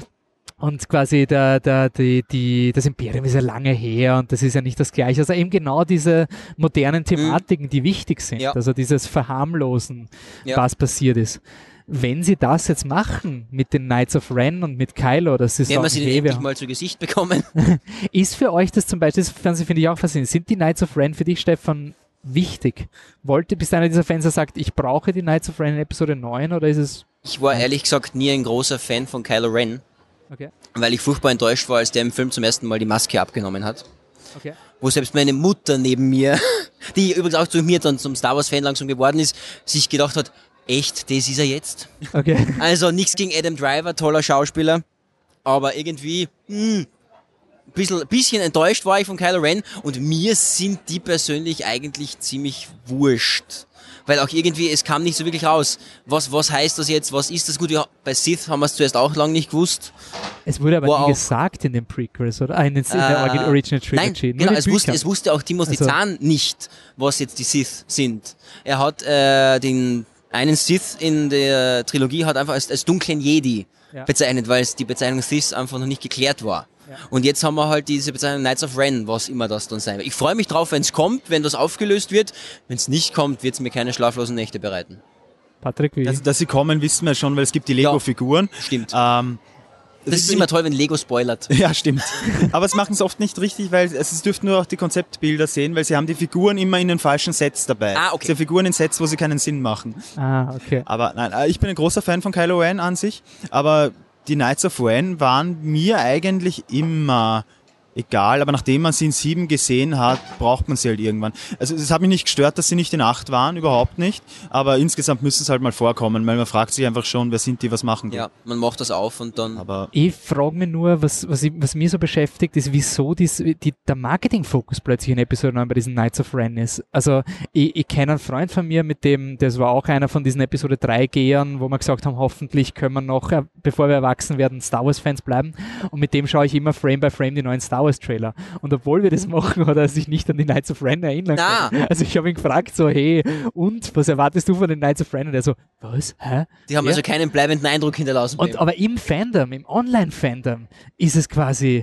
und quasi der, der, die, die, das Imperium ist ja lange her und das ist ja nicht das Gleiche. Also eben genau diese modernen Thematiken, die wichtig sind. Ja. Also dieses Verharmlosen, Ja. was passiert ist. Wenn sie das jetzt machen mit den Knights of Ren und mit Kylo, dass sie Werden wir sagen, sie denn hey, wir endlich mal zu Gesicht bekommen? ist für euch das zum Beispiel, das finde ich auch faszinierend, sind die Knights of Ren für dich, Stefan, wichtig? Wollte, bist du einer dieser Fans, der sagt, ich brauche die Knights of Ren in Episode neun, oder ist es... Ich war ehrlich gesagt nie ein großer Fan von Kylo Ren, Okay, weil ich furchtbar enttäuscht war, als der im Film zum ersten Mal die Maske abgenommen hat. okay. Wo selbst meine Mutter neben mir, die übrigens auch zu mir dann zum Star Wars Fan langsam geworden ist, sich gedacht hat, echt, das ist er jetzt? Okay. Also nichts gegen Adam Driver, toller Schauspieler, aber irgendwie, mh, bisschen, bisschen enttäuscht war ich von Kylo Ren und mir sind die persönlich eigentlich ziemlich wurscht. Weil auch irgendwie, es kam nicht so wirklich raus. Was, was heißt das jetzt? Was ist das? Gut, ja, bei Sith haben wir es zuerst auch lange nicht gewusst. Es wurde aber Wo nie auch- gesagt in den Prequels, oder? Ah, in, den, in der Äh, Origi- Original Nein, Trilogy. Nur genau, die es wusste, Bücher. es wusste auch Timothy Also- Zahn nicht, was jetzt die Sith sind. Er hat äh, den einen Sith in der Trilogie hat einfach als, als dunklen Jedi Ja. bezeichnet, weil es die Bezeichnung Sith einfach noch nicht geklärt war. Ja. Und jetzt haben wir halt diese Bezeichnung Knights of Ren, was immer das dann sein wird. Ich freue mich drauf, wenn es kommt, wenn das aufgelöst wird. Wenn es nicht kommt, wird es mir keine schlaflosen Nächte bereiten. Patrick, wie? Dass, dass sie kommen, wissen wir schon, weil es gibt die Lego-Figuren. Stimmt. Ähm, Das ist immer toll, wenn Lego spoilert. Ja, stimmt. Aber es machen es oft nicht richtig, weil es, es dürften nur auch die Konzeptbilder sehen, weil sie haben die Figuren immer in den falschen Sets dabei. Ah, okay. Sie haben Figuren in Sets, wo sie keinen Sinn machen. ah, okay. Aber nein, äh, ich bin ein großer Fan von Kylo Ren an sich, aber die Knights of Ren waren mir eigentlich immer egal, aber nachdem man sie in sieben gesehen hat, braucht man sie halt irgendwann. Also es hat mich nicht gestört, dass sie nicht in acht waren, überhaupt nicht, aber insgesamt müssen es halt mal vorkommen, weil man fragt sich einfach schon, wer sind die, was machen die. Ja, man macht das auf und dann... Aber Ich frage mich nur, was, was, ich, was mir so beschäftigt, ist, wieso dies, die, der Marketingfokus plötzlich in Episode neun bei diesen Knights of Ren ist. Also, ich, ich kenne einen Freund von mir, mit dem, das war auch einer von diesen Episode drei Gehern, wo wir gesagt haben, hoffentlich können wir noch, äh, bevor wir erwachsen werden, Star Wars Fans bleiben. Und mit dem schaue ich immer Frame by Frame die neuen Star Wars Trailer. Und obwohl wir das machen, hat er sich nicht an die Knights of Ren erinnern Na. können. Also, ich habe ihn gefragt, so, hey, und, was erwartest du von den Knights of Ren? Und er so, was? Hä? Die haben Ja. also keinen bleibenden Eindruck hinterlassen. bei Und ihm. aber im Fandom, im Online-Fandom, ist es quasi,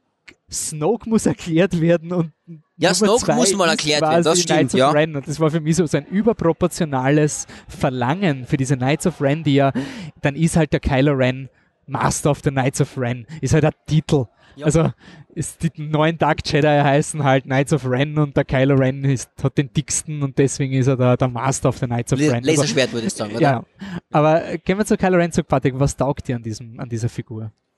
Snoke muss erklärt werden und Ja, Nummer Snoke zwei muss mal ist erklärt quasi werden, das stimmt, Knights of ja. Ren. Und das war für mich so, so ein überproportionales Verlangen für diese Knights of Ren, die ja, dann ist halt der Kylo Ren Master of the Knights of Ren, ist halt ein Titel. Ja. Also ist die neuen Dark Jedi heißen halt Knights of Ren und der Kylo Ren ist, hat den dicksten und deswegen ist er der, der Master of the Knights of La- Ren. Also, Laserschwert würde ich sagen, oder? ja, aber gehen wir zu Kylo Ren zurück, Patrick, was taugt dir an, diesem, an dieser Figur?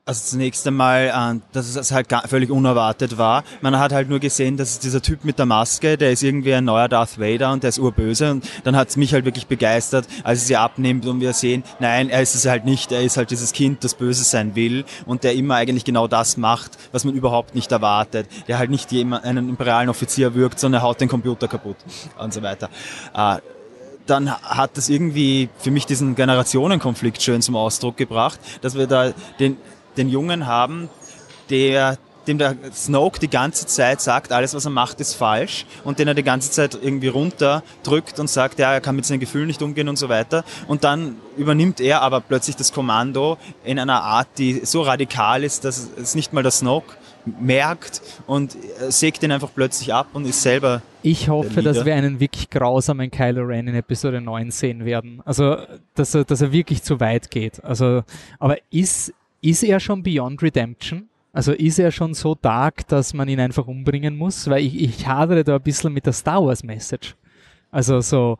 Also zunächst einmal, äh, dass es halt gar, völlig unerwartet war. Man hat halt nur gesehen, dass dieser Typ mit der Maske, der ist irgendwie ein neuer Darth Vader und der ist urböse. Und dann hat es mich halt wirklich begeistert, als er sie abnimmt und wir sehen, nein, er ist es halt nicht. Er ist halt dieses Kind, das böse sein will und der immer eigentlich genau das macht, was man überhaupt nicht erwartet. Der halt nicht jemand, einen imperialen Offizier wirkt, sondern er haut den Computer kaputt und so weiter. Äh, dann hat das irgendwie für mich diesen Generationenkonflikt schön zum Ausdruck gebracht, dass wir da den den Jungen haben, der, dem der Snoke die ganze Zeit sagt, alles was er macht ist falsch und den er die ganze Zeit irgendwie runterdrückt und sagt, ja, er kann mit seinen Gefühlen nicht umgehen und so weiter. Und dann übernimmt er aber plötzlich das Kommando in einer Art, die so radikal ist, dass es nicht mal der Snoke merkt und sägt ihn einfach plötzlich ab und ist selber. Ich hoffe, dass wir einen wirklich grausamen Kylo Ren in Episode neun sehen werden. Also, dass er, dass er wirklich zu weit geht. Also, aber ist Ist er schon Beyond Redemption? Also ist er schon so dark, dass man ihn einfach umbringen muss? Weil ich, ich hadere da ein bisschen mit der Star Wars Message. Also so,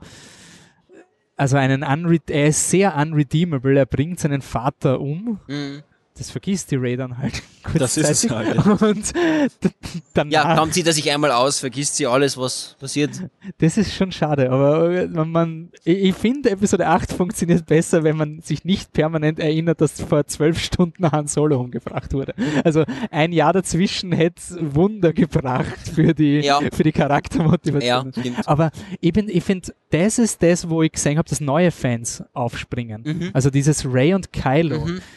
also einen Unre- er ist sehr unredeemable, er bringt seinen Vater um. Mhm. Das vergisst die Rey dann halt. Das ist es halt. Ja. Und danach, ja, kaum zieht er sich einmal aus, vergisst sie alles, was passiert. Das ist schon schade, aber man, man ich, ich finde, Episode acht funktioniert besser, wenn man sich nicht permanent erinnert, dass vor zwölf Stunden Han Solo umgebracht wurde. Also ein Jahr dazwischen hätte Wunder gebracht für die, ja. für die Charaktermotivation. Ja, aber eben, ich finde, das ist das, wo ich gesehen habe, dass neue Fans aufspringen. Mhm. Also dieses Rey und Kylo. Mhm.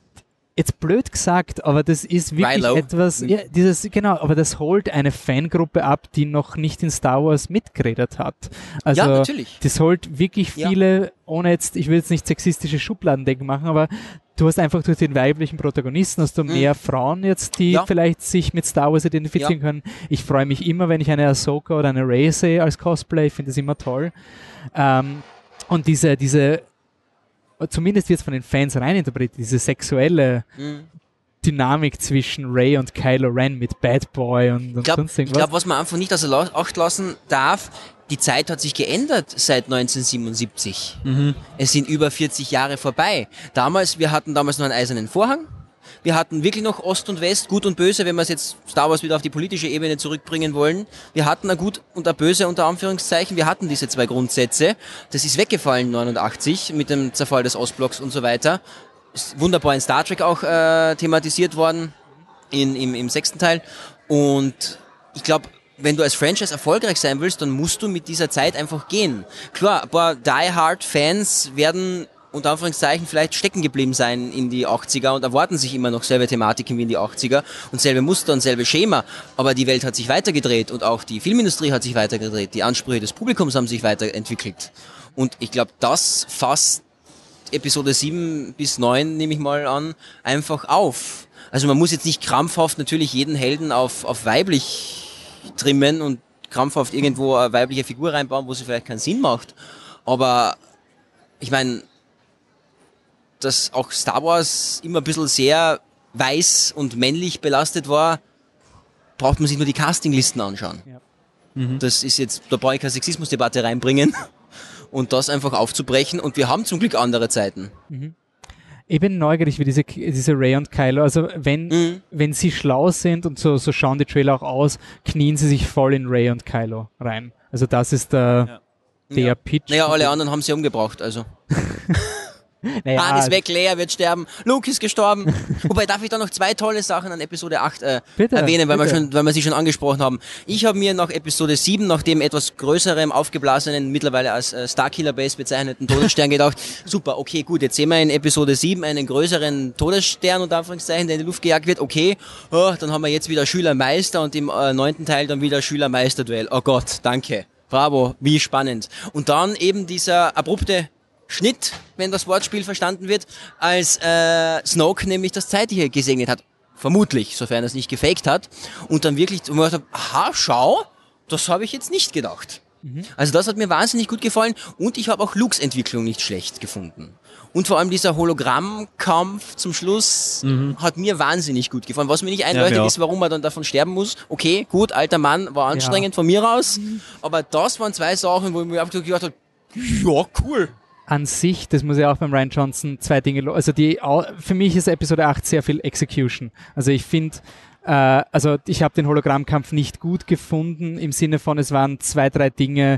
Jetzt blöd gesagt, aber das ist wirklich Rilo. etwas, ja, dieses, genau, aber das holt eine Fangruppe ab, die noch nicht in Star Wars mitgeredet hat. Also, ja, natürlich. Das holt wirklich viele, ja. ohne jetzt, ich will jetzt nicht sexistische Schubladendenken machen, aber du hast einfach durch den weiblichen Protagonisten, hast du mhm. mehr Frauen jetzt, die ja. vielleicht sich mit Star Wars identifizieren ja. können. Ich freue mich immer, wenn ich eine Ahsoka oder eine Rey sehe als Cosplay, ich finde das immer toll. Ähm, und diese, diese, zumindest wird es von den Fans reininterpretiert, diese sexuelle mhm. Dynamik zwischen Rey und Kylo Ren mit Bad Boy und, und glaub, sonst irgendwas. Ich glaube, was man einfach nicht außer Acht lassen darf, die Zeit hat sich geändert seit neunzehnhundertsiebenundsiebzig. Mhm. Es sind über vierzig Jahre vorbei. Damals, wir hatten damals noch einen eisernen Vorhang. Wir hatten wirklich noch Ost und West, Gut und Böse, wenn wir es jetzt Star Wars wieder auf die politische Ebene zurückbringen wollen. Wir hatten ein Gut und ein Böse unter Anführungszeichen. Wir hatten diese zwei Grundsätze. Das ist weggefallen neunundachtzig mit dem Zerfall des Ostblocks und so weiter. Ist wunderbar in Star Trek auch äh, thematisiert worden in, im, im sechsten Teil. Und ich glaube, wenn du als Franchise erfolgreich sein willst, dann musst du mit dieser Zeit einfach gehen. Klar, ein paar Die-Hard-Fans werden unter Anführungszeichen vielleicht stecken geblieben sein in die achtziger und erwarten sich immer noch selbe Thematiken wie in die achtziger und selbe Muster und selbe Schema. Aber die Welt hat sich weitergedreht und auch die Filmindustrie hat sich weitergedreht. Die Ansprüche des Publikums haben sich weiterentwickelt. Und ich glaube, das fasst Episode sieben bis neun, nehme ich mal an, einfach auf. Also man muss jetzt nicht krampfhaft natürlich jeden Helden auf, auf weiblich trimmen und krampfhaft irgendwo eine weibliche Figur reinbauen, wo sie vielleicht keinen Sinn macht. Aber ich meine, dass auch Star Wars immer ein bisschen sehr weiß und männlich belastet war, braucht man sich nur die Castinglisten anschauen. Ja. Mhm. Das ist jetzt, da brauche ich keine Sexismusdebatte reinbringen und das einfach aufzubrechen und wir haben zum Glück andere Zeiten. Mhm. Ich bin neugierig wie diese, diese Rey und Kylo, also wenn, mhm. wenn sie schlau sind und so, so schauen die Trailer auch aus, knien sie sich voll in Rey und Kylo rein. Also das ist der, ja. der ja. Pitch. Naja, alle anderen haben sie umgebracht, also. Naja, Han ist weg, Leia wird sterben, Luke ist gestorben. Wobei, darf ich da noch zwei tolle Sachen an Episode acht äh, bitte, erwähnen, weil bitte. wir schon, weil wir sie schon angesprochen haben. Ich habe mir nach Episode sieben, nach dem etwas größerem, aufgeblasenen, mittlerweile als äh, Starkiller Base bezeichneten Todesstern gedacht, super, okay, gut, jetzt sehen wir in Episode sieben einen größeren Todesstern, unter Anführungszeichen, der in die Luft gejagt wird, okay, oh, dann haben wir jetzt wieder Schüler-Meister und im äh, neunten Teil dann wieder Schüler-Meister-Duell. Oh Gott, danke, bravo, wie spannend. Und dann eben dieser abrupte Schnitt, wenn das Wortspiel verstanden wird, als äh, Snoke nämlich das Zeitliche gesegnet hat. Vermutlich, sofern er es nicht gefaked hat. Und dann wirklich, und man dachte, aha, schau, das habe ich jetzt nicht gedacht. Mhm. Also das hat mir wahnsinnig gut gefallen und ich habe auch Lukes Entwicklung nicht schlecht gefunden. Und vor allem dieser Hologrammkampf zum Schluss mhm. hat mir wahnsinnig gut gefallen. Was mir nicht eindeutig ja, ist, warum er dann davon sterben muss. Okay, gut, alter Mann, war anstrengend ja. von mir aus. Mhm. Aber das waren zwei Sachen, wo ich mir einfach gedacht habe, ja, cool. an sich, das muss ja auch beim Rian Johnson zwei Dinge, lo- also die, au- für mich ist Episode acht sehr viel Execution. Also ich finde, äh, also ich habe den Hologrammkampf nicht gut gefunden, im Sinne von, es waren zwei, drei Dinge,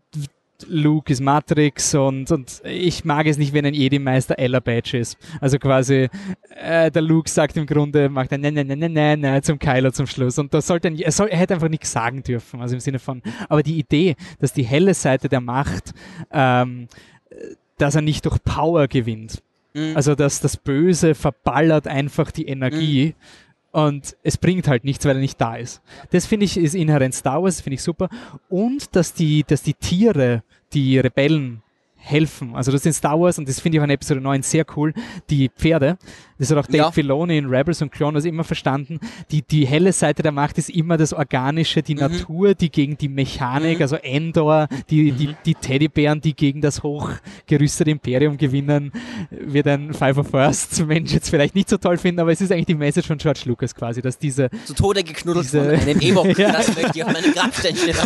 Luke ist Matrix und, und ich mag es nicht, wenn ein Jedi-Meister Ella Badge ist. Also quasi, äh, der Luke sagt im Grunde, macht ein ne, ne, ne, ne, ne, ne zum Kylo zum Schluss. Und da sollte ein, er, soll, er hätte einfach nichts sagen dürfen. Also im Sinne von, aber die Idee, dass die helle Seite der Macht, ähm, dass er nicht durch Power gewinnt. Mhm. Also dass das Böse verballert einfach die Energie. Mhm. Und es bringt halt nichts, weil er nicht da ist. Das finde ich ist inhärent Star Wars, finde ich super. Und dass die, dass die Tiere, die Rebellen helfen. Also das ist in Star Wars, und das finde ich auch in Episode neun sehr cool, die Pferde. Das hat auch Dave Ja. Filoni in Rebels und Clone Wars immer verstanden. Die, die helle Seite der Macht ist immer das Organische, die Mhm. Natur, die gegen die Mechanik, Mhm. also Endor, die, die, die Teddybären, die gegen das hochgerüstete Imperium gewinnen, wird ein Five of First Mensch jetzt vielleicht nicht so toll finden, aber es ist eigentlich die Message von George Lucas quasi, dass diese Zu Tode geknuddelt Diese- von einem Ewok. Ja. Das möchte ich auf meinem Grabstein stehen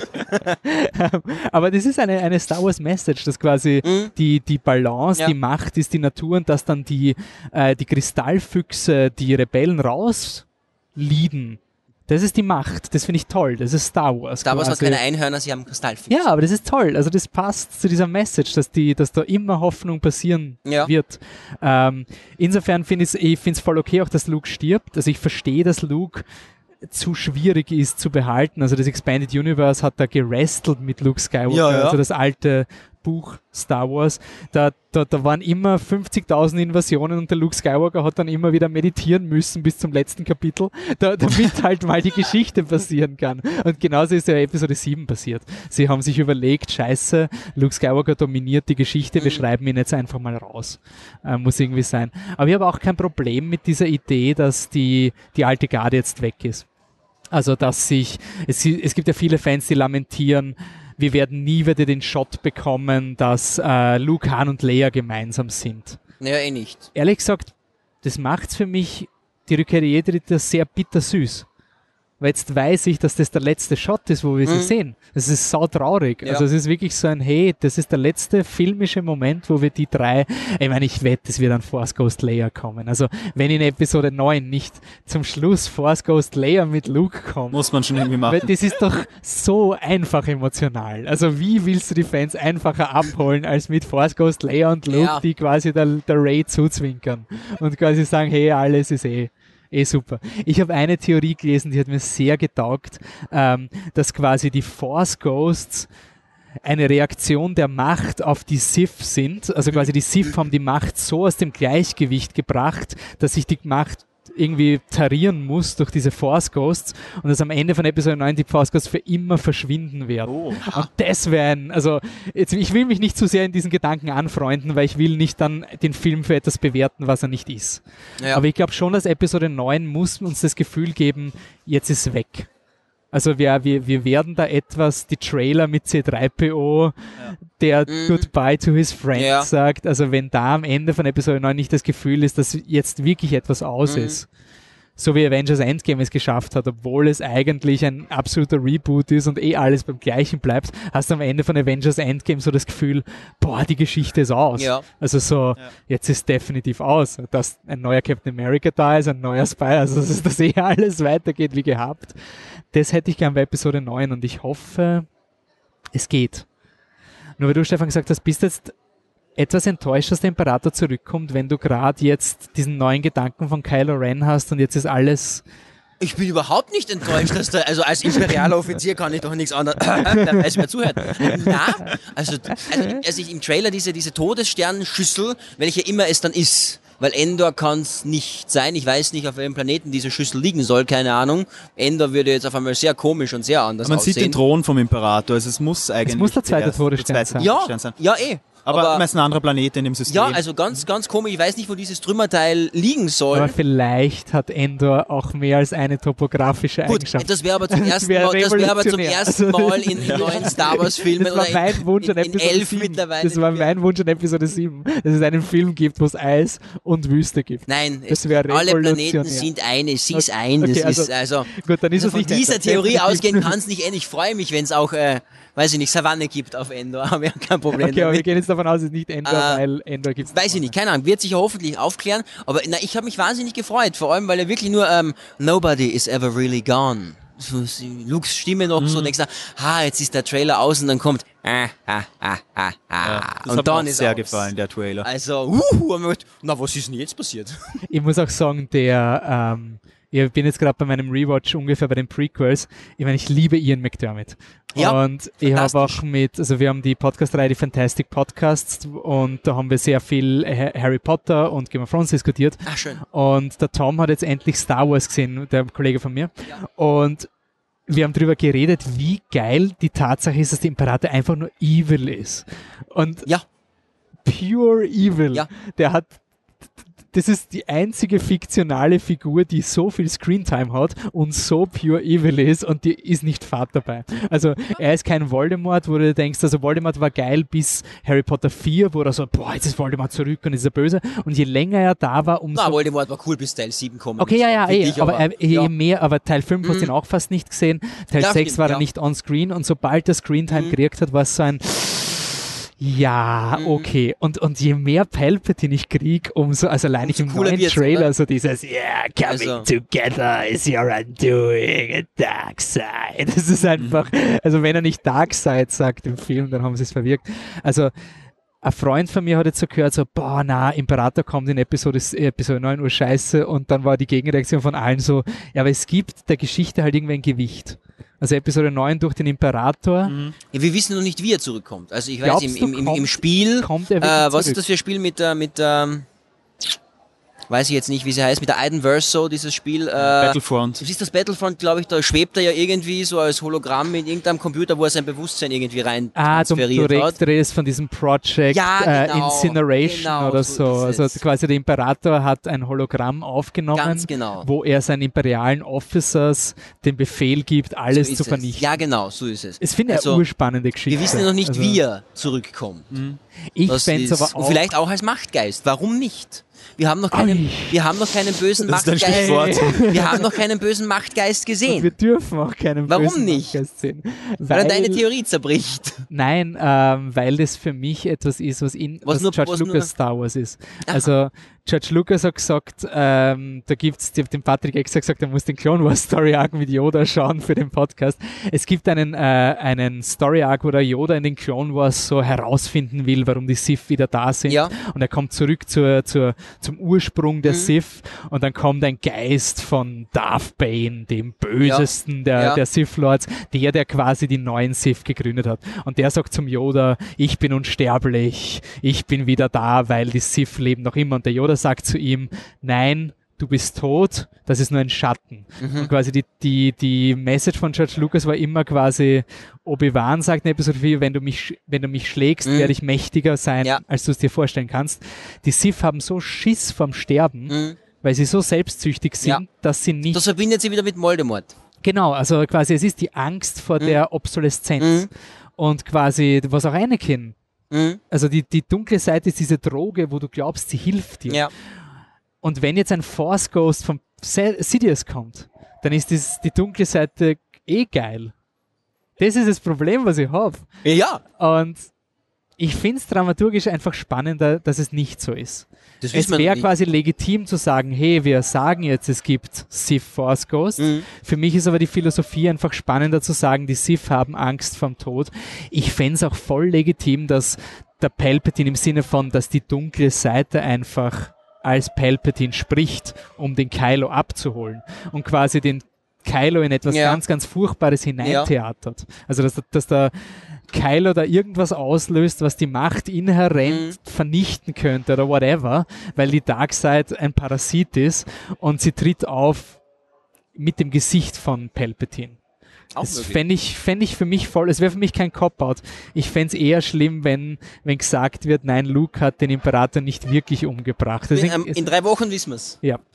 haben. aber das ist eine, eine Star Wars Message, dass quasi Mhm. die, die Balance, Ja. die Macht ist die Natur und dass dann die, äh, die Kristallfüchse die Rebellen rauslieden. Das ist die Macht. Das finde ich toll. Das ist Star Wars. Star Wars hat quasi. keine Einhörner, sie haben Kristallfüchse. Ja, aber das ist toll. Also das passt zu dieser Message, dass die, dass da immer Hoffnung passieren Ja. wird. Ähm, insofern finde ich ich finde es voll okay, auch dass Luke stirbt. Also ich verstehe, dass Luke zu schwierig ist zu behalten. Also das Expanded Universe hat da gerestelt mit Luke Skywalker, Ja, ja. also das alte Buch Star Wars. Da, da, da waren immer fünfzigtausend Invasionen und der Luke Skywalker hat dann immer wieder meditieren müssen bis zum letzten Kapitel, da, damit halt mal die Geschichte passieren kann. Und genauso ist ja Episode sieben passiert. Sie haben sich überlegt, scheiße, Luke Skywalker dominiert die Geschichte, wir Mhm. schreiben ihn jetzt einfach mal raus. Äh, muss irgendwie sein. Aber ich habe auch kein Problem mit dieser Idee, dass die, die alte Garde jetzt weg ist. Also, dass sich, es, es gibt ja viele Fans, die lamentieren, wir werden nie wieder den Shot bekommen, dass äh, Luke, Han und Leia gemeinsam sind. Naja, eh nicht. Ehrlich gesagt, das macht's für mich, die Rückkehr der Jedi-Ritter, sehr bittersüß. Weil jetzt weiß ich, dass das der letzte Shot ist, wo wir sie Mhm. sehen. Das ist sautraurig. Ja. Also es ist wirklich so ein, hey, das ist der letzte filmische Moment, wo wir die drei, ich meine, ich wette, es wird an Force Ghost Leia kommen. Also wenn in Episode neun nicht zum Schluss Force Ghost Leia mit Luke kommt, Muss man schon irgendwie weil machen. das ist doch so einfach emotional. Also wie willst du die Fans einfacher abholen, als mit Force Ghost Leia und Luke, Ja. die quasi der, der Rey zuzwinkern und quasi sagen, hey, alles ist eh eh super. Ich habe eine Theorie gelesen, die hat mir sehr getaugt, ähm, dass quasi die Force Ghosts eine Reaktion der Macht auf die Sith sind. Also quasi die Sith haben die Macht so aus dem Gleichgewicht gebracht, dass sich die Macht irgendwie tarieren muss durch diese Force Ghosts und dass am Ende von Episode neun die Force Ghosts für immer verschwinden werden. Oh. Und das wäre ein, also jetzt, ich will mich nicht zu sehr in diesen Gedanken anfreunden, weil ich will nicht dann den Film für etwas bewerten, was er nicht ist. Ja. Aber ich glaube schon, dass Episode neun muss uns das Gefühl geben, jetzt ist weg. Also wir, wir, wir werden da etwas, die Trailer mit C drei P O, der Mhm. Goodbye to his friend Ja. sagt, also wenn da am Ende von Episode neun nicht das Gefühl ist, dass jetzt wirklich etwas aus Mhm. ist, so wie Avengers Endgame es geschafft hat, obwohl es eigentlich ein absoluter Reboot ist und eh alles beim Gleichen bleibt, hast du am Ende von Avengers Endgame so das Gefühl, boah, die Geschichte ist aus. Ja. Also so, Ja. jetzt ist definitiv aus, dass ein neuer Captain America da ist, ein neuer Spy, also dass, dass eh alles weitergeht wie gehabt. Das hätte ich gern bei Episode neun und ich hoffe, es geht. Nur weil du, Stefan, gesagt hast, bist jetzt etwas enttäuscht, dass der Imperator zurückkommt, wenn du gerade jetzt diesen neuen Gedanken von Kylo Ren hast und jetzt ist alles... Ich bin überhaupt nicht enttäuscht, dass da, also als imperialer Offizier kann ich doch nichts anderes, wer weiß, wer zuhört. Na, also, also, also ich, im Trailer diese, diese Todessternenschüssel, welche immer es dann ist, weil Endor kann es nicht sein, ich weiß nicht, auf welchem Planeten diese Schüssel liegen soll, keine Ahnung. Endor würde jetzt auf einmal sehr komisch und sehr anders Man aussehen. sieht den Thron vom Imperator, also es muss eigentlich muss der zweite erste- Todesstern der zweite sein. ja, Todesstern sein. ja eh. Aber, Aber- aber es ist ein anderer Planet in dem System. Ja, also ganz, ganz komisch. Ich weiß nicht, wo dieses Trümmerteil liegen soll. Aber vielleicht hat Endor auch mehr als eine topografische Gut, Eigenschaft. das wäre aber zum Das ersten wär Mal, das wäre aber zum revolutionär. ersten Also, Mal in, in neuen Star Wars Filmen Das war oder mein in, Wunsch an in, in Episode elf sieben. mittlerweile. Das war mein Wunsch an Episode sieben, dass es einen Film gibt, wo es Eis und Wüste gibt. Nein, Das es, wär alle Planeten revolutionär. sind eine, sie ist Okay, ein. Das okay, ist also, Gut, dann ist also es von nicht dieser Endor. Theorie Definitiv. ausgehen kann es nicht enden. Ich freue mich, wenn es auch, äh, weiß ich nicht, Savanne gibt auf Endor. Haben wir kein Problem Okay, aber wir damit. gehen jetzt davon aus, es ist nicht Endor, Äh, weil Endor gibt's. Weiß ich nicht, keine Ahnung, wird sich hoffentlich aufklären, aber na, ich habe mich wahnsinnig gefreut, vor allem, weil er wirklich nur ähm, Nobody is ever really gone. So, so, Lukes Stimme noch Mhm. so, denkst du, ha, jetzt ist der Trailer aus und dann kommt ah, ah, ah, ah, ah. Ja, das und hat dann mir auch ist sehr aus. gefallen, der Trailer. Also, uh, haben wir gedacht, na, was ist denn jetzt passiert? Ich muss auch sagen, der, ähm, ich bin jetzt gerade bei meinem Rewatch ungefähr bei den Prequels. Ich meine, ich liebe Ian McDermott. Ja, und ich habe fantastisch. auch mit, also wir haben die Podcast-Reihe, die Fantastic Podcasts, und da haben wir sehr viel Ha- Harry Potter und Game of Thrones diskutiert. Ach, schön. Und der Tom hat jetzt endlich Star Wars gesehen, der Kollege von mir. Ja. Und wir haben darüber geredet, wie geil die Tatsache ist, dass der Imperator einfach nur evil ist. Und Ja, pure evil. Ja. Der hat, das ist die einzige fiktionale Figur, die so viel Screentime hat und so pure evil ist, und die ist nicht fad dabei. Also er ist kein Voldemort, wo du denkst, also Voldemort war geil bis Harry Potter vier, wo er so, boah, jetzt ist Voldemort zurück und ist er böse. Und je länger er da war, umso... na, Voldemort war cool bis Teil sieben kommen. Okay, ja, ja, eh, Ich, aber, äh, je ja. mehr, aber Teil fünf hast du ihn auch fast nicht gesehen. Teil Ja, sechs stimmt, war er ja. nicht on screen, und sobald er Screentime Mhm. gekriegt hat, war es so ein ja, Mhm. okay. Und, und je mehr Palpatine ich krieg, umso, also allein ich im cooler neuen wird's, Trailer, oder? so dieses yeah, coming Also. together is your undoing, a dark side. Das ist einfach, also wenn er nicht Dark Side sagt im Film, dann haben sie es verwirkt. Also ein Freund von mir hat jetzt so gehört, so, boah, na, Imperator kommt in Episode, Episode neun Uhr scheiße, und dann war die Gegenreaktion von allen so, ja, aber es gibt der Geschichte halt irgendwie ein Gewicht. Also Episode neun durch den Imperator Ja, wir wissen noch nicht, wie er zurückkommt. Also ich weiß, Glaubst im, du, im, im, im kommt- Spiel, kommt er äh, wirklich was zurück? ist das für ein Spiel mit, äh, mit ähm, weiß ich jetzt nicht, wie sie heißt, mit der Iden Verso, dieses Spiel. Äh, Battlefront. Das ist das Battlefront, glaube ich, da schwebt er ja irgendwie so als Hologramm in irgendeinem Computer, wo er sein Bewusstsein irgendwie rein Ah, du, du transferiert redest, hat. du redest von diesem Project Ja, äh, genau, Incineration genau, oder so so. ist Also es. quasi der Imperator hat ein Hologramm aufgenommen, Ganz genau. wo er seinen imperialen Officers den Befehl gibt, alles So zu ist vernichten. es. Ja, genau, so ist es. Es finde ich Also, eine urspannende Geschichte. wir wissen ja noch nicht, also, wie er zurückkommt. Ich Das fände es ist- aber Und auch... vielleicht auch als Machtgeist. Warum nicht? Wir haben noch keinen, Ei. wir haben noch keinen bösen Das ist dein Machtgeist. Stichwort. Wir haben noch keinen bösen Machtgeist Und wir gesehen, dürfen auch keinen Warum bösen nicht? Machtgeist sehen. weil er Weil, deine Theorie zerbricht. nein, ähm, weil das für mich etwas ist, was, in, Was was, nur- George was Lucas nur- Star Wars ist. Aha. Also George Lucas hat gesagt, ähm, da gibt's, die, dem Patrick extra gesagt, er muss den Clone Wars Story Arc mit Yoda schauen für den Podcast. Es gibt einen, äh, einen Story Arc, wo der Yoda in den Clone Wars so herausfinden will, warum die Sith wieder da sind. Ja. Und er kommt zurück zur, zur, zum Ursprung der Mhm. Sith, und dann kommt ein Geist von Darth Bane, dem bösesten der, Ja. der Sith Lords, der, der quasi die neuen Sith gegründet hat. Und der sagt zum Yoda, ich bin unsterblich, ich bin wieder da, weil die Sith leben noch immer. Und der Yoda sagt zu ihm, nein, du bist tot, das ist nur ein Schatten. Mhm. Und quasi die, die, die Message von George Lucas war immer quasi, Obi-Wan sagt in Episode vier, wenn du mich, wenn du mich schlägst, Mhm. werde ich mächtiger sein, Ja. als du es dir vorstellen kannst. Die Sith haben so Schiss vom Sterben, Mhm. weil sie so selbstsüchtig sind, Ja. dass sie nicht... Das verbindet sie wieder mit Voldemort. Genau, also quasi es ist die Angst vor Mhm. der Obsoleszenz. Mhm. Und quasi, was auch Anakin, Mhm. also die, die dunkle Seite ist diese Droge, wo du glaubst, sie hilft dir. Ja. Und wenn jetzt ein Force Ghost vom Se- Sidious kommt, dann ist das, die dunkle Seite eh geil. Das ist das Problem, was ich habe. Ja, Und ich finde es dramaturgisch einfach spannender, dass es nicht so ist. das Es wissen wir wäre nicht. quasi legitim zu sagen, hey, wir sagen jetzt, es gibt Sith Force Ghost. Mhm. Für mich ist aber die Philosophie einfach spannender zu sagen, die Sith haben Angst vom Tod. Ich fände es auch voll legitim, dass der Palpatine im Sinne von, dass die dunkle Seite einfach als Palpatine spricht, um den Kylo abzuholen und quasi den Kylo in etwas Ja. ganz, ganz Furchtbares hineintheatert. Also, dass, dass der Kylo da irgendwas auslöst, was die Macht inhärent Mhm. vernichten könnte oder whatever, weil die Darkseid ein Parasit ist und sie tritt auf mit dem Gesicht von Palpatine. Auch Das möglich. fände ich, fänd ich für mich voll, es wäre für mich kein Cop-Out. Ich fände es eher schlimm, wenn, wenn gesagt wird, nein, Luke hat den Imperator nicht wirklich umgebracht. in, Deswegen, ähm, in drei Wochen wissen wir es. ja.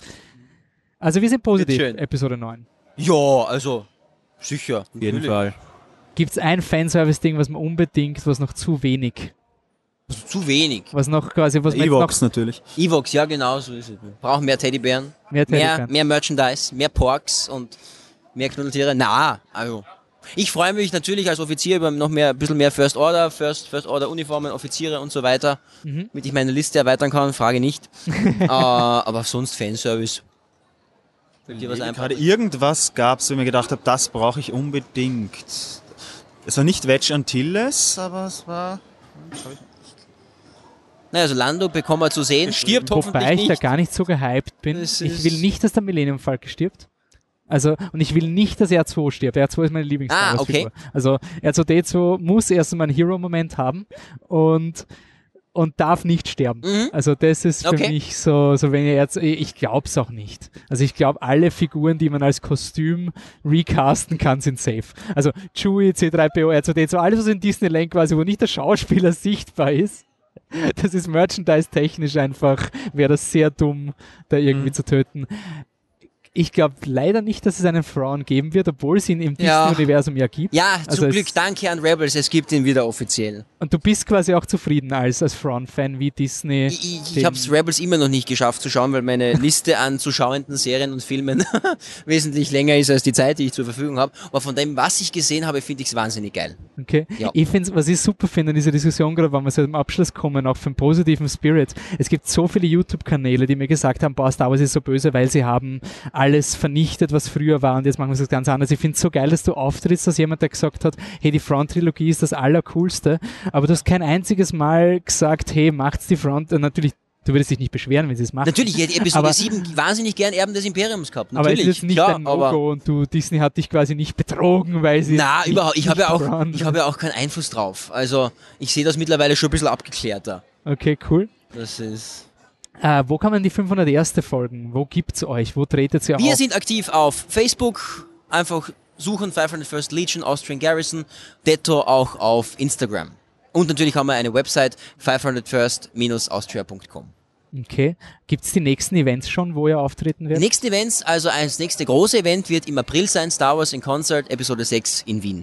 Also wir sind positiv, schön. Episode neun. Ja, also sicher. Auf jeden Fall. Gibt es ein Fanservice-Ding, was man unbedingt, was noch zu wenig, Also zu wenig. was noch quasi, was man jetzt Evox noch natürlich. Evox, ja genau, so ist es. Wir brauchen mehr Teddybären, mehr mehr, Teddybären. mehr Merchandise, mehr Porks und mehr Knuddeltiere. Na, also Ich freue mich natürlich als Offizier über noch mehr, ein bisschen mehr First Order, First, First Order Uniformen, Offiziere und so weiter, Mhm. damit ich meine Liste erweitern kann, frage nicht. äh, aber sonst Fanservice. Fällt dir was ein? Gerade irgendwas gab es, wo ich mir gedacht habe, das brauche ich unbedingt. Es war nicht Wedge Antilles, aber es war... Naja, also Lando bekommen wir zu sehen, stirbt hoffentlich Wobei ich da nicht. gar nicht so gehypt bin. Das Ich ist- will nicht, dass der Millennium Falcon stirbt. Also, und ich will nicht, dass R zwei stirbt. R zwei ist meine lieblings Ah, okay. Figur. Also, R zwei D zwei muss erst mal einen Hero-Moment haben und, und darf nicht sterben. Mhm. Also, das ist für Okay. mich so, so wenn ihr jetzt, ich glaub's auch nicht. Also, ich glaube, alle Figuren, die man als Kostüm recasten kann, sind safe. Also, Chewie, C drei P O, R zwei D zwei, alles, was in Disneyland quasi, wo nicht der Schauspieler sichtbar ist. Das ist merchandise-technisch einfach, wäre das sehr dumm, da irgendwie Mhm. zu töten. Ich glaube leider nicht, dass es einen Thrawn geben wird, obwohl es ihn im Ja. Disney-Universum ja gibt. Ja, Also zum es- Glück, danke an Rebels, es gibt ihn wieder offiziell. Und du bist quasi auch zufrieden als, als Thrawn-Fan, wie Disney. Ich, ich, ich den- habe es Rebels immer noch nicht geschafft zu schauen, weil meine Liste an zu schauenden Serien und Filmen wesentlich länger ist als die Zeit, die ich zur Verfügung habe. Aber von dem, was ich gesehen habe, finde ich es wahnsinnig geil. Okay. Ja. Ich finde, was ich super finde in dieser Diskussion, gerade wenn wir so zum Abschluss kommen, auch für den positiven Spirit. Es gibt so viele YouTube-Kanäle, die mir gesagt haben, boah, Star Wars ist so böse, weil sie haben alles vernichtet, was früher war und jetzt machen wir es ganz anders. Ich finde es so geil, dass du auftrittst als jemand, der gesagt hat, hey, die Front-Trilogie ist das Allercoolste, aber du hast kein einziges Mal gesagt, hey, macht's die Front, und natürlich, du würdest dich nicht beschweren, wenn sie es machen. Natürlich, ich hätte Episode Aber- sieben wahnsinnig gern Erben des Imperiums gehabt. Aber es Natürlich, ist jetzt nicht klar, ein aber Logo und du, Disney hat dich quasi nicht betrogen, weil sie... na, nicht- überhaupt, ich habe ja nicht auch, Thrawn- ich habe ja auch keinen Einfluss drauf. Also, ich sehe das mittlerweile schon ein bisschen abgeklärter. Okay, cool. Das ist... Äh, wo kann man die fünfhunderterste folgen? Wo gibt's euch? Wo tretet ihr Wir auf? sind aktiv auf Facebook, einfach suchen fünfhundertfirst Legion Austrian Garrison, detto auch auf Instagram. Und natürlich haben wir eine Website, fünfhundertfirst Austria punkt com. Okay. Gibt's die nächsten Events schon, wo ihr auftreten Die werdet? nächsten Events, also das nächste große Event wird im April sein, Star Wars in Concert, Episode sechs in Wien.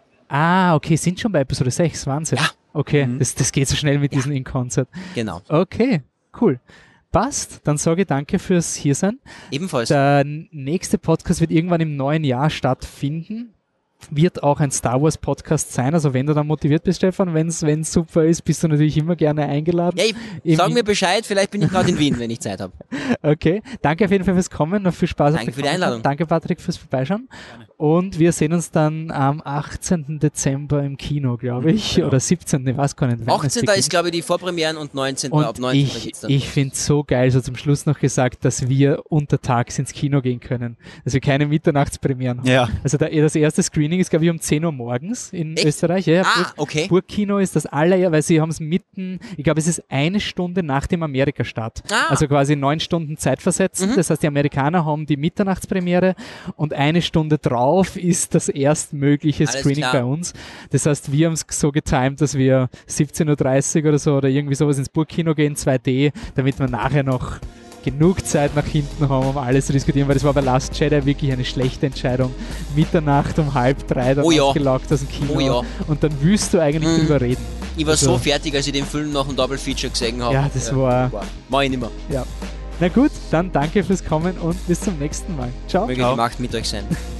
Ah, okay, sind schon bei Episode sechs, Wahnsinn. Ja. Okay, das, das geht so schnell mit diesem In-Concert. Genau, Okay, cool. Passt, dann sage ich danke fürs Hiersein. ebenfalls. Der nächste Podcast wird irgendwann im neuen Jahr stattfinden. Wird auch ein Star Wars Podcast sein. Also wenn du dann motiviert bist, Stefan, wenn es super ist, bist du natürlich immer gerne eingeladen. Ja, ich, Im- sag mir Bescheid, vielleicht bin ich gerade in Wien, wenn ich Zeit habe. Okay, danke auf jeden Fall fürs Kommen. Noch viel Spaß Danke auf für der die Con. Einladung. Danke, Patrick, fürs Vorbeischauen. Und wir sehen uns dann am achtzehnten Dezember im Kino, glaube ich. Oder siebzehnten Ich weiß gar nicht. wann es achtzehnten beginnt. ist, glaube ich, die Vorpremieren und neunzehnten ab Und neunzehnten ich, geht's dann. ich finde es so geil, so zum Schluss noch gesagt, dass wir untertags ins Kino gehen können. Dass wir keine Mitternachtspremieren haben. Ja. Also der, das erste Screening ist, glaube ich, um zehn Uhr morgens in Echt? Österreich. Ja, ja, Ah, Burg- okay. Burgkino ist das allererste, weil sie haben es mitten, ich glaube, es ist eine Stunde nach dem Amerika-Start. Ah. Also quasi neun Stunden Zeit versetzen. Mhm. Das heißt, die Amerikaner haben die Mitternachtspremiere und eine Stunde drauf ist das erstmögliche Alles Screening klar. bei uns. Das heißt, wir haben es so getimt, dass wir siebzehn Uhr dreißig oder so oder irgendwie sowas ins Burgkino gehen, zwei D, damit wir nachher noch genug Zeit nach hinten haben, um alles zu diskutieren, weil das war bei Last Jedi wirklich eine schlechte Entscheidung. Mitternacht um halb drei dann Oh ja. ausgelaugt aus dem Kino Oh ja. und dann willst du eigentlich Mhm. drüber reden. Ich war Also- so fertig, als ich den Film noch ein Double Feature gesehen habe. Ja, das war- Mach ich nicht mehr. Ja. Na gut, dann danke fürs Kommen und bis zum nächsten Mal. Ciao. Möge die Macht mit euch sein.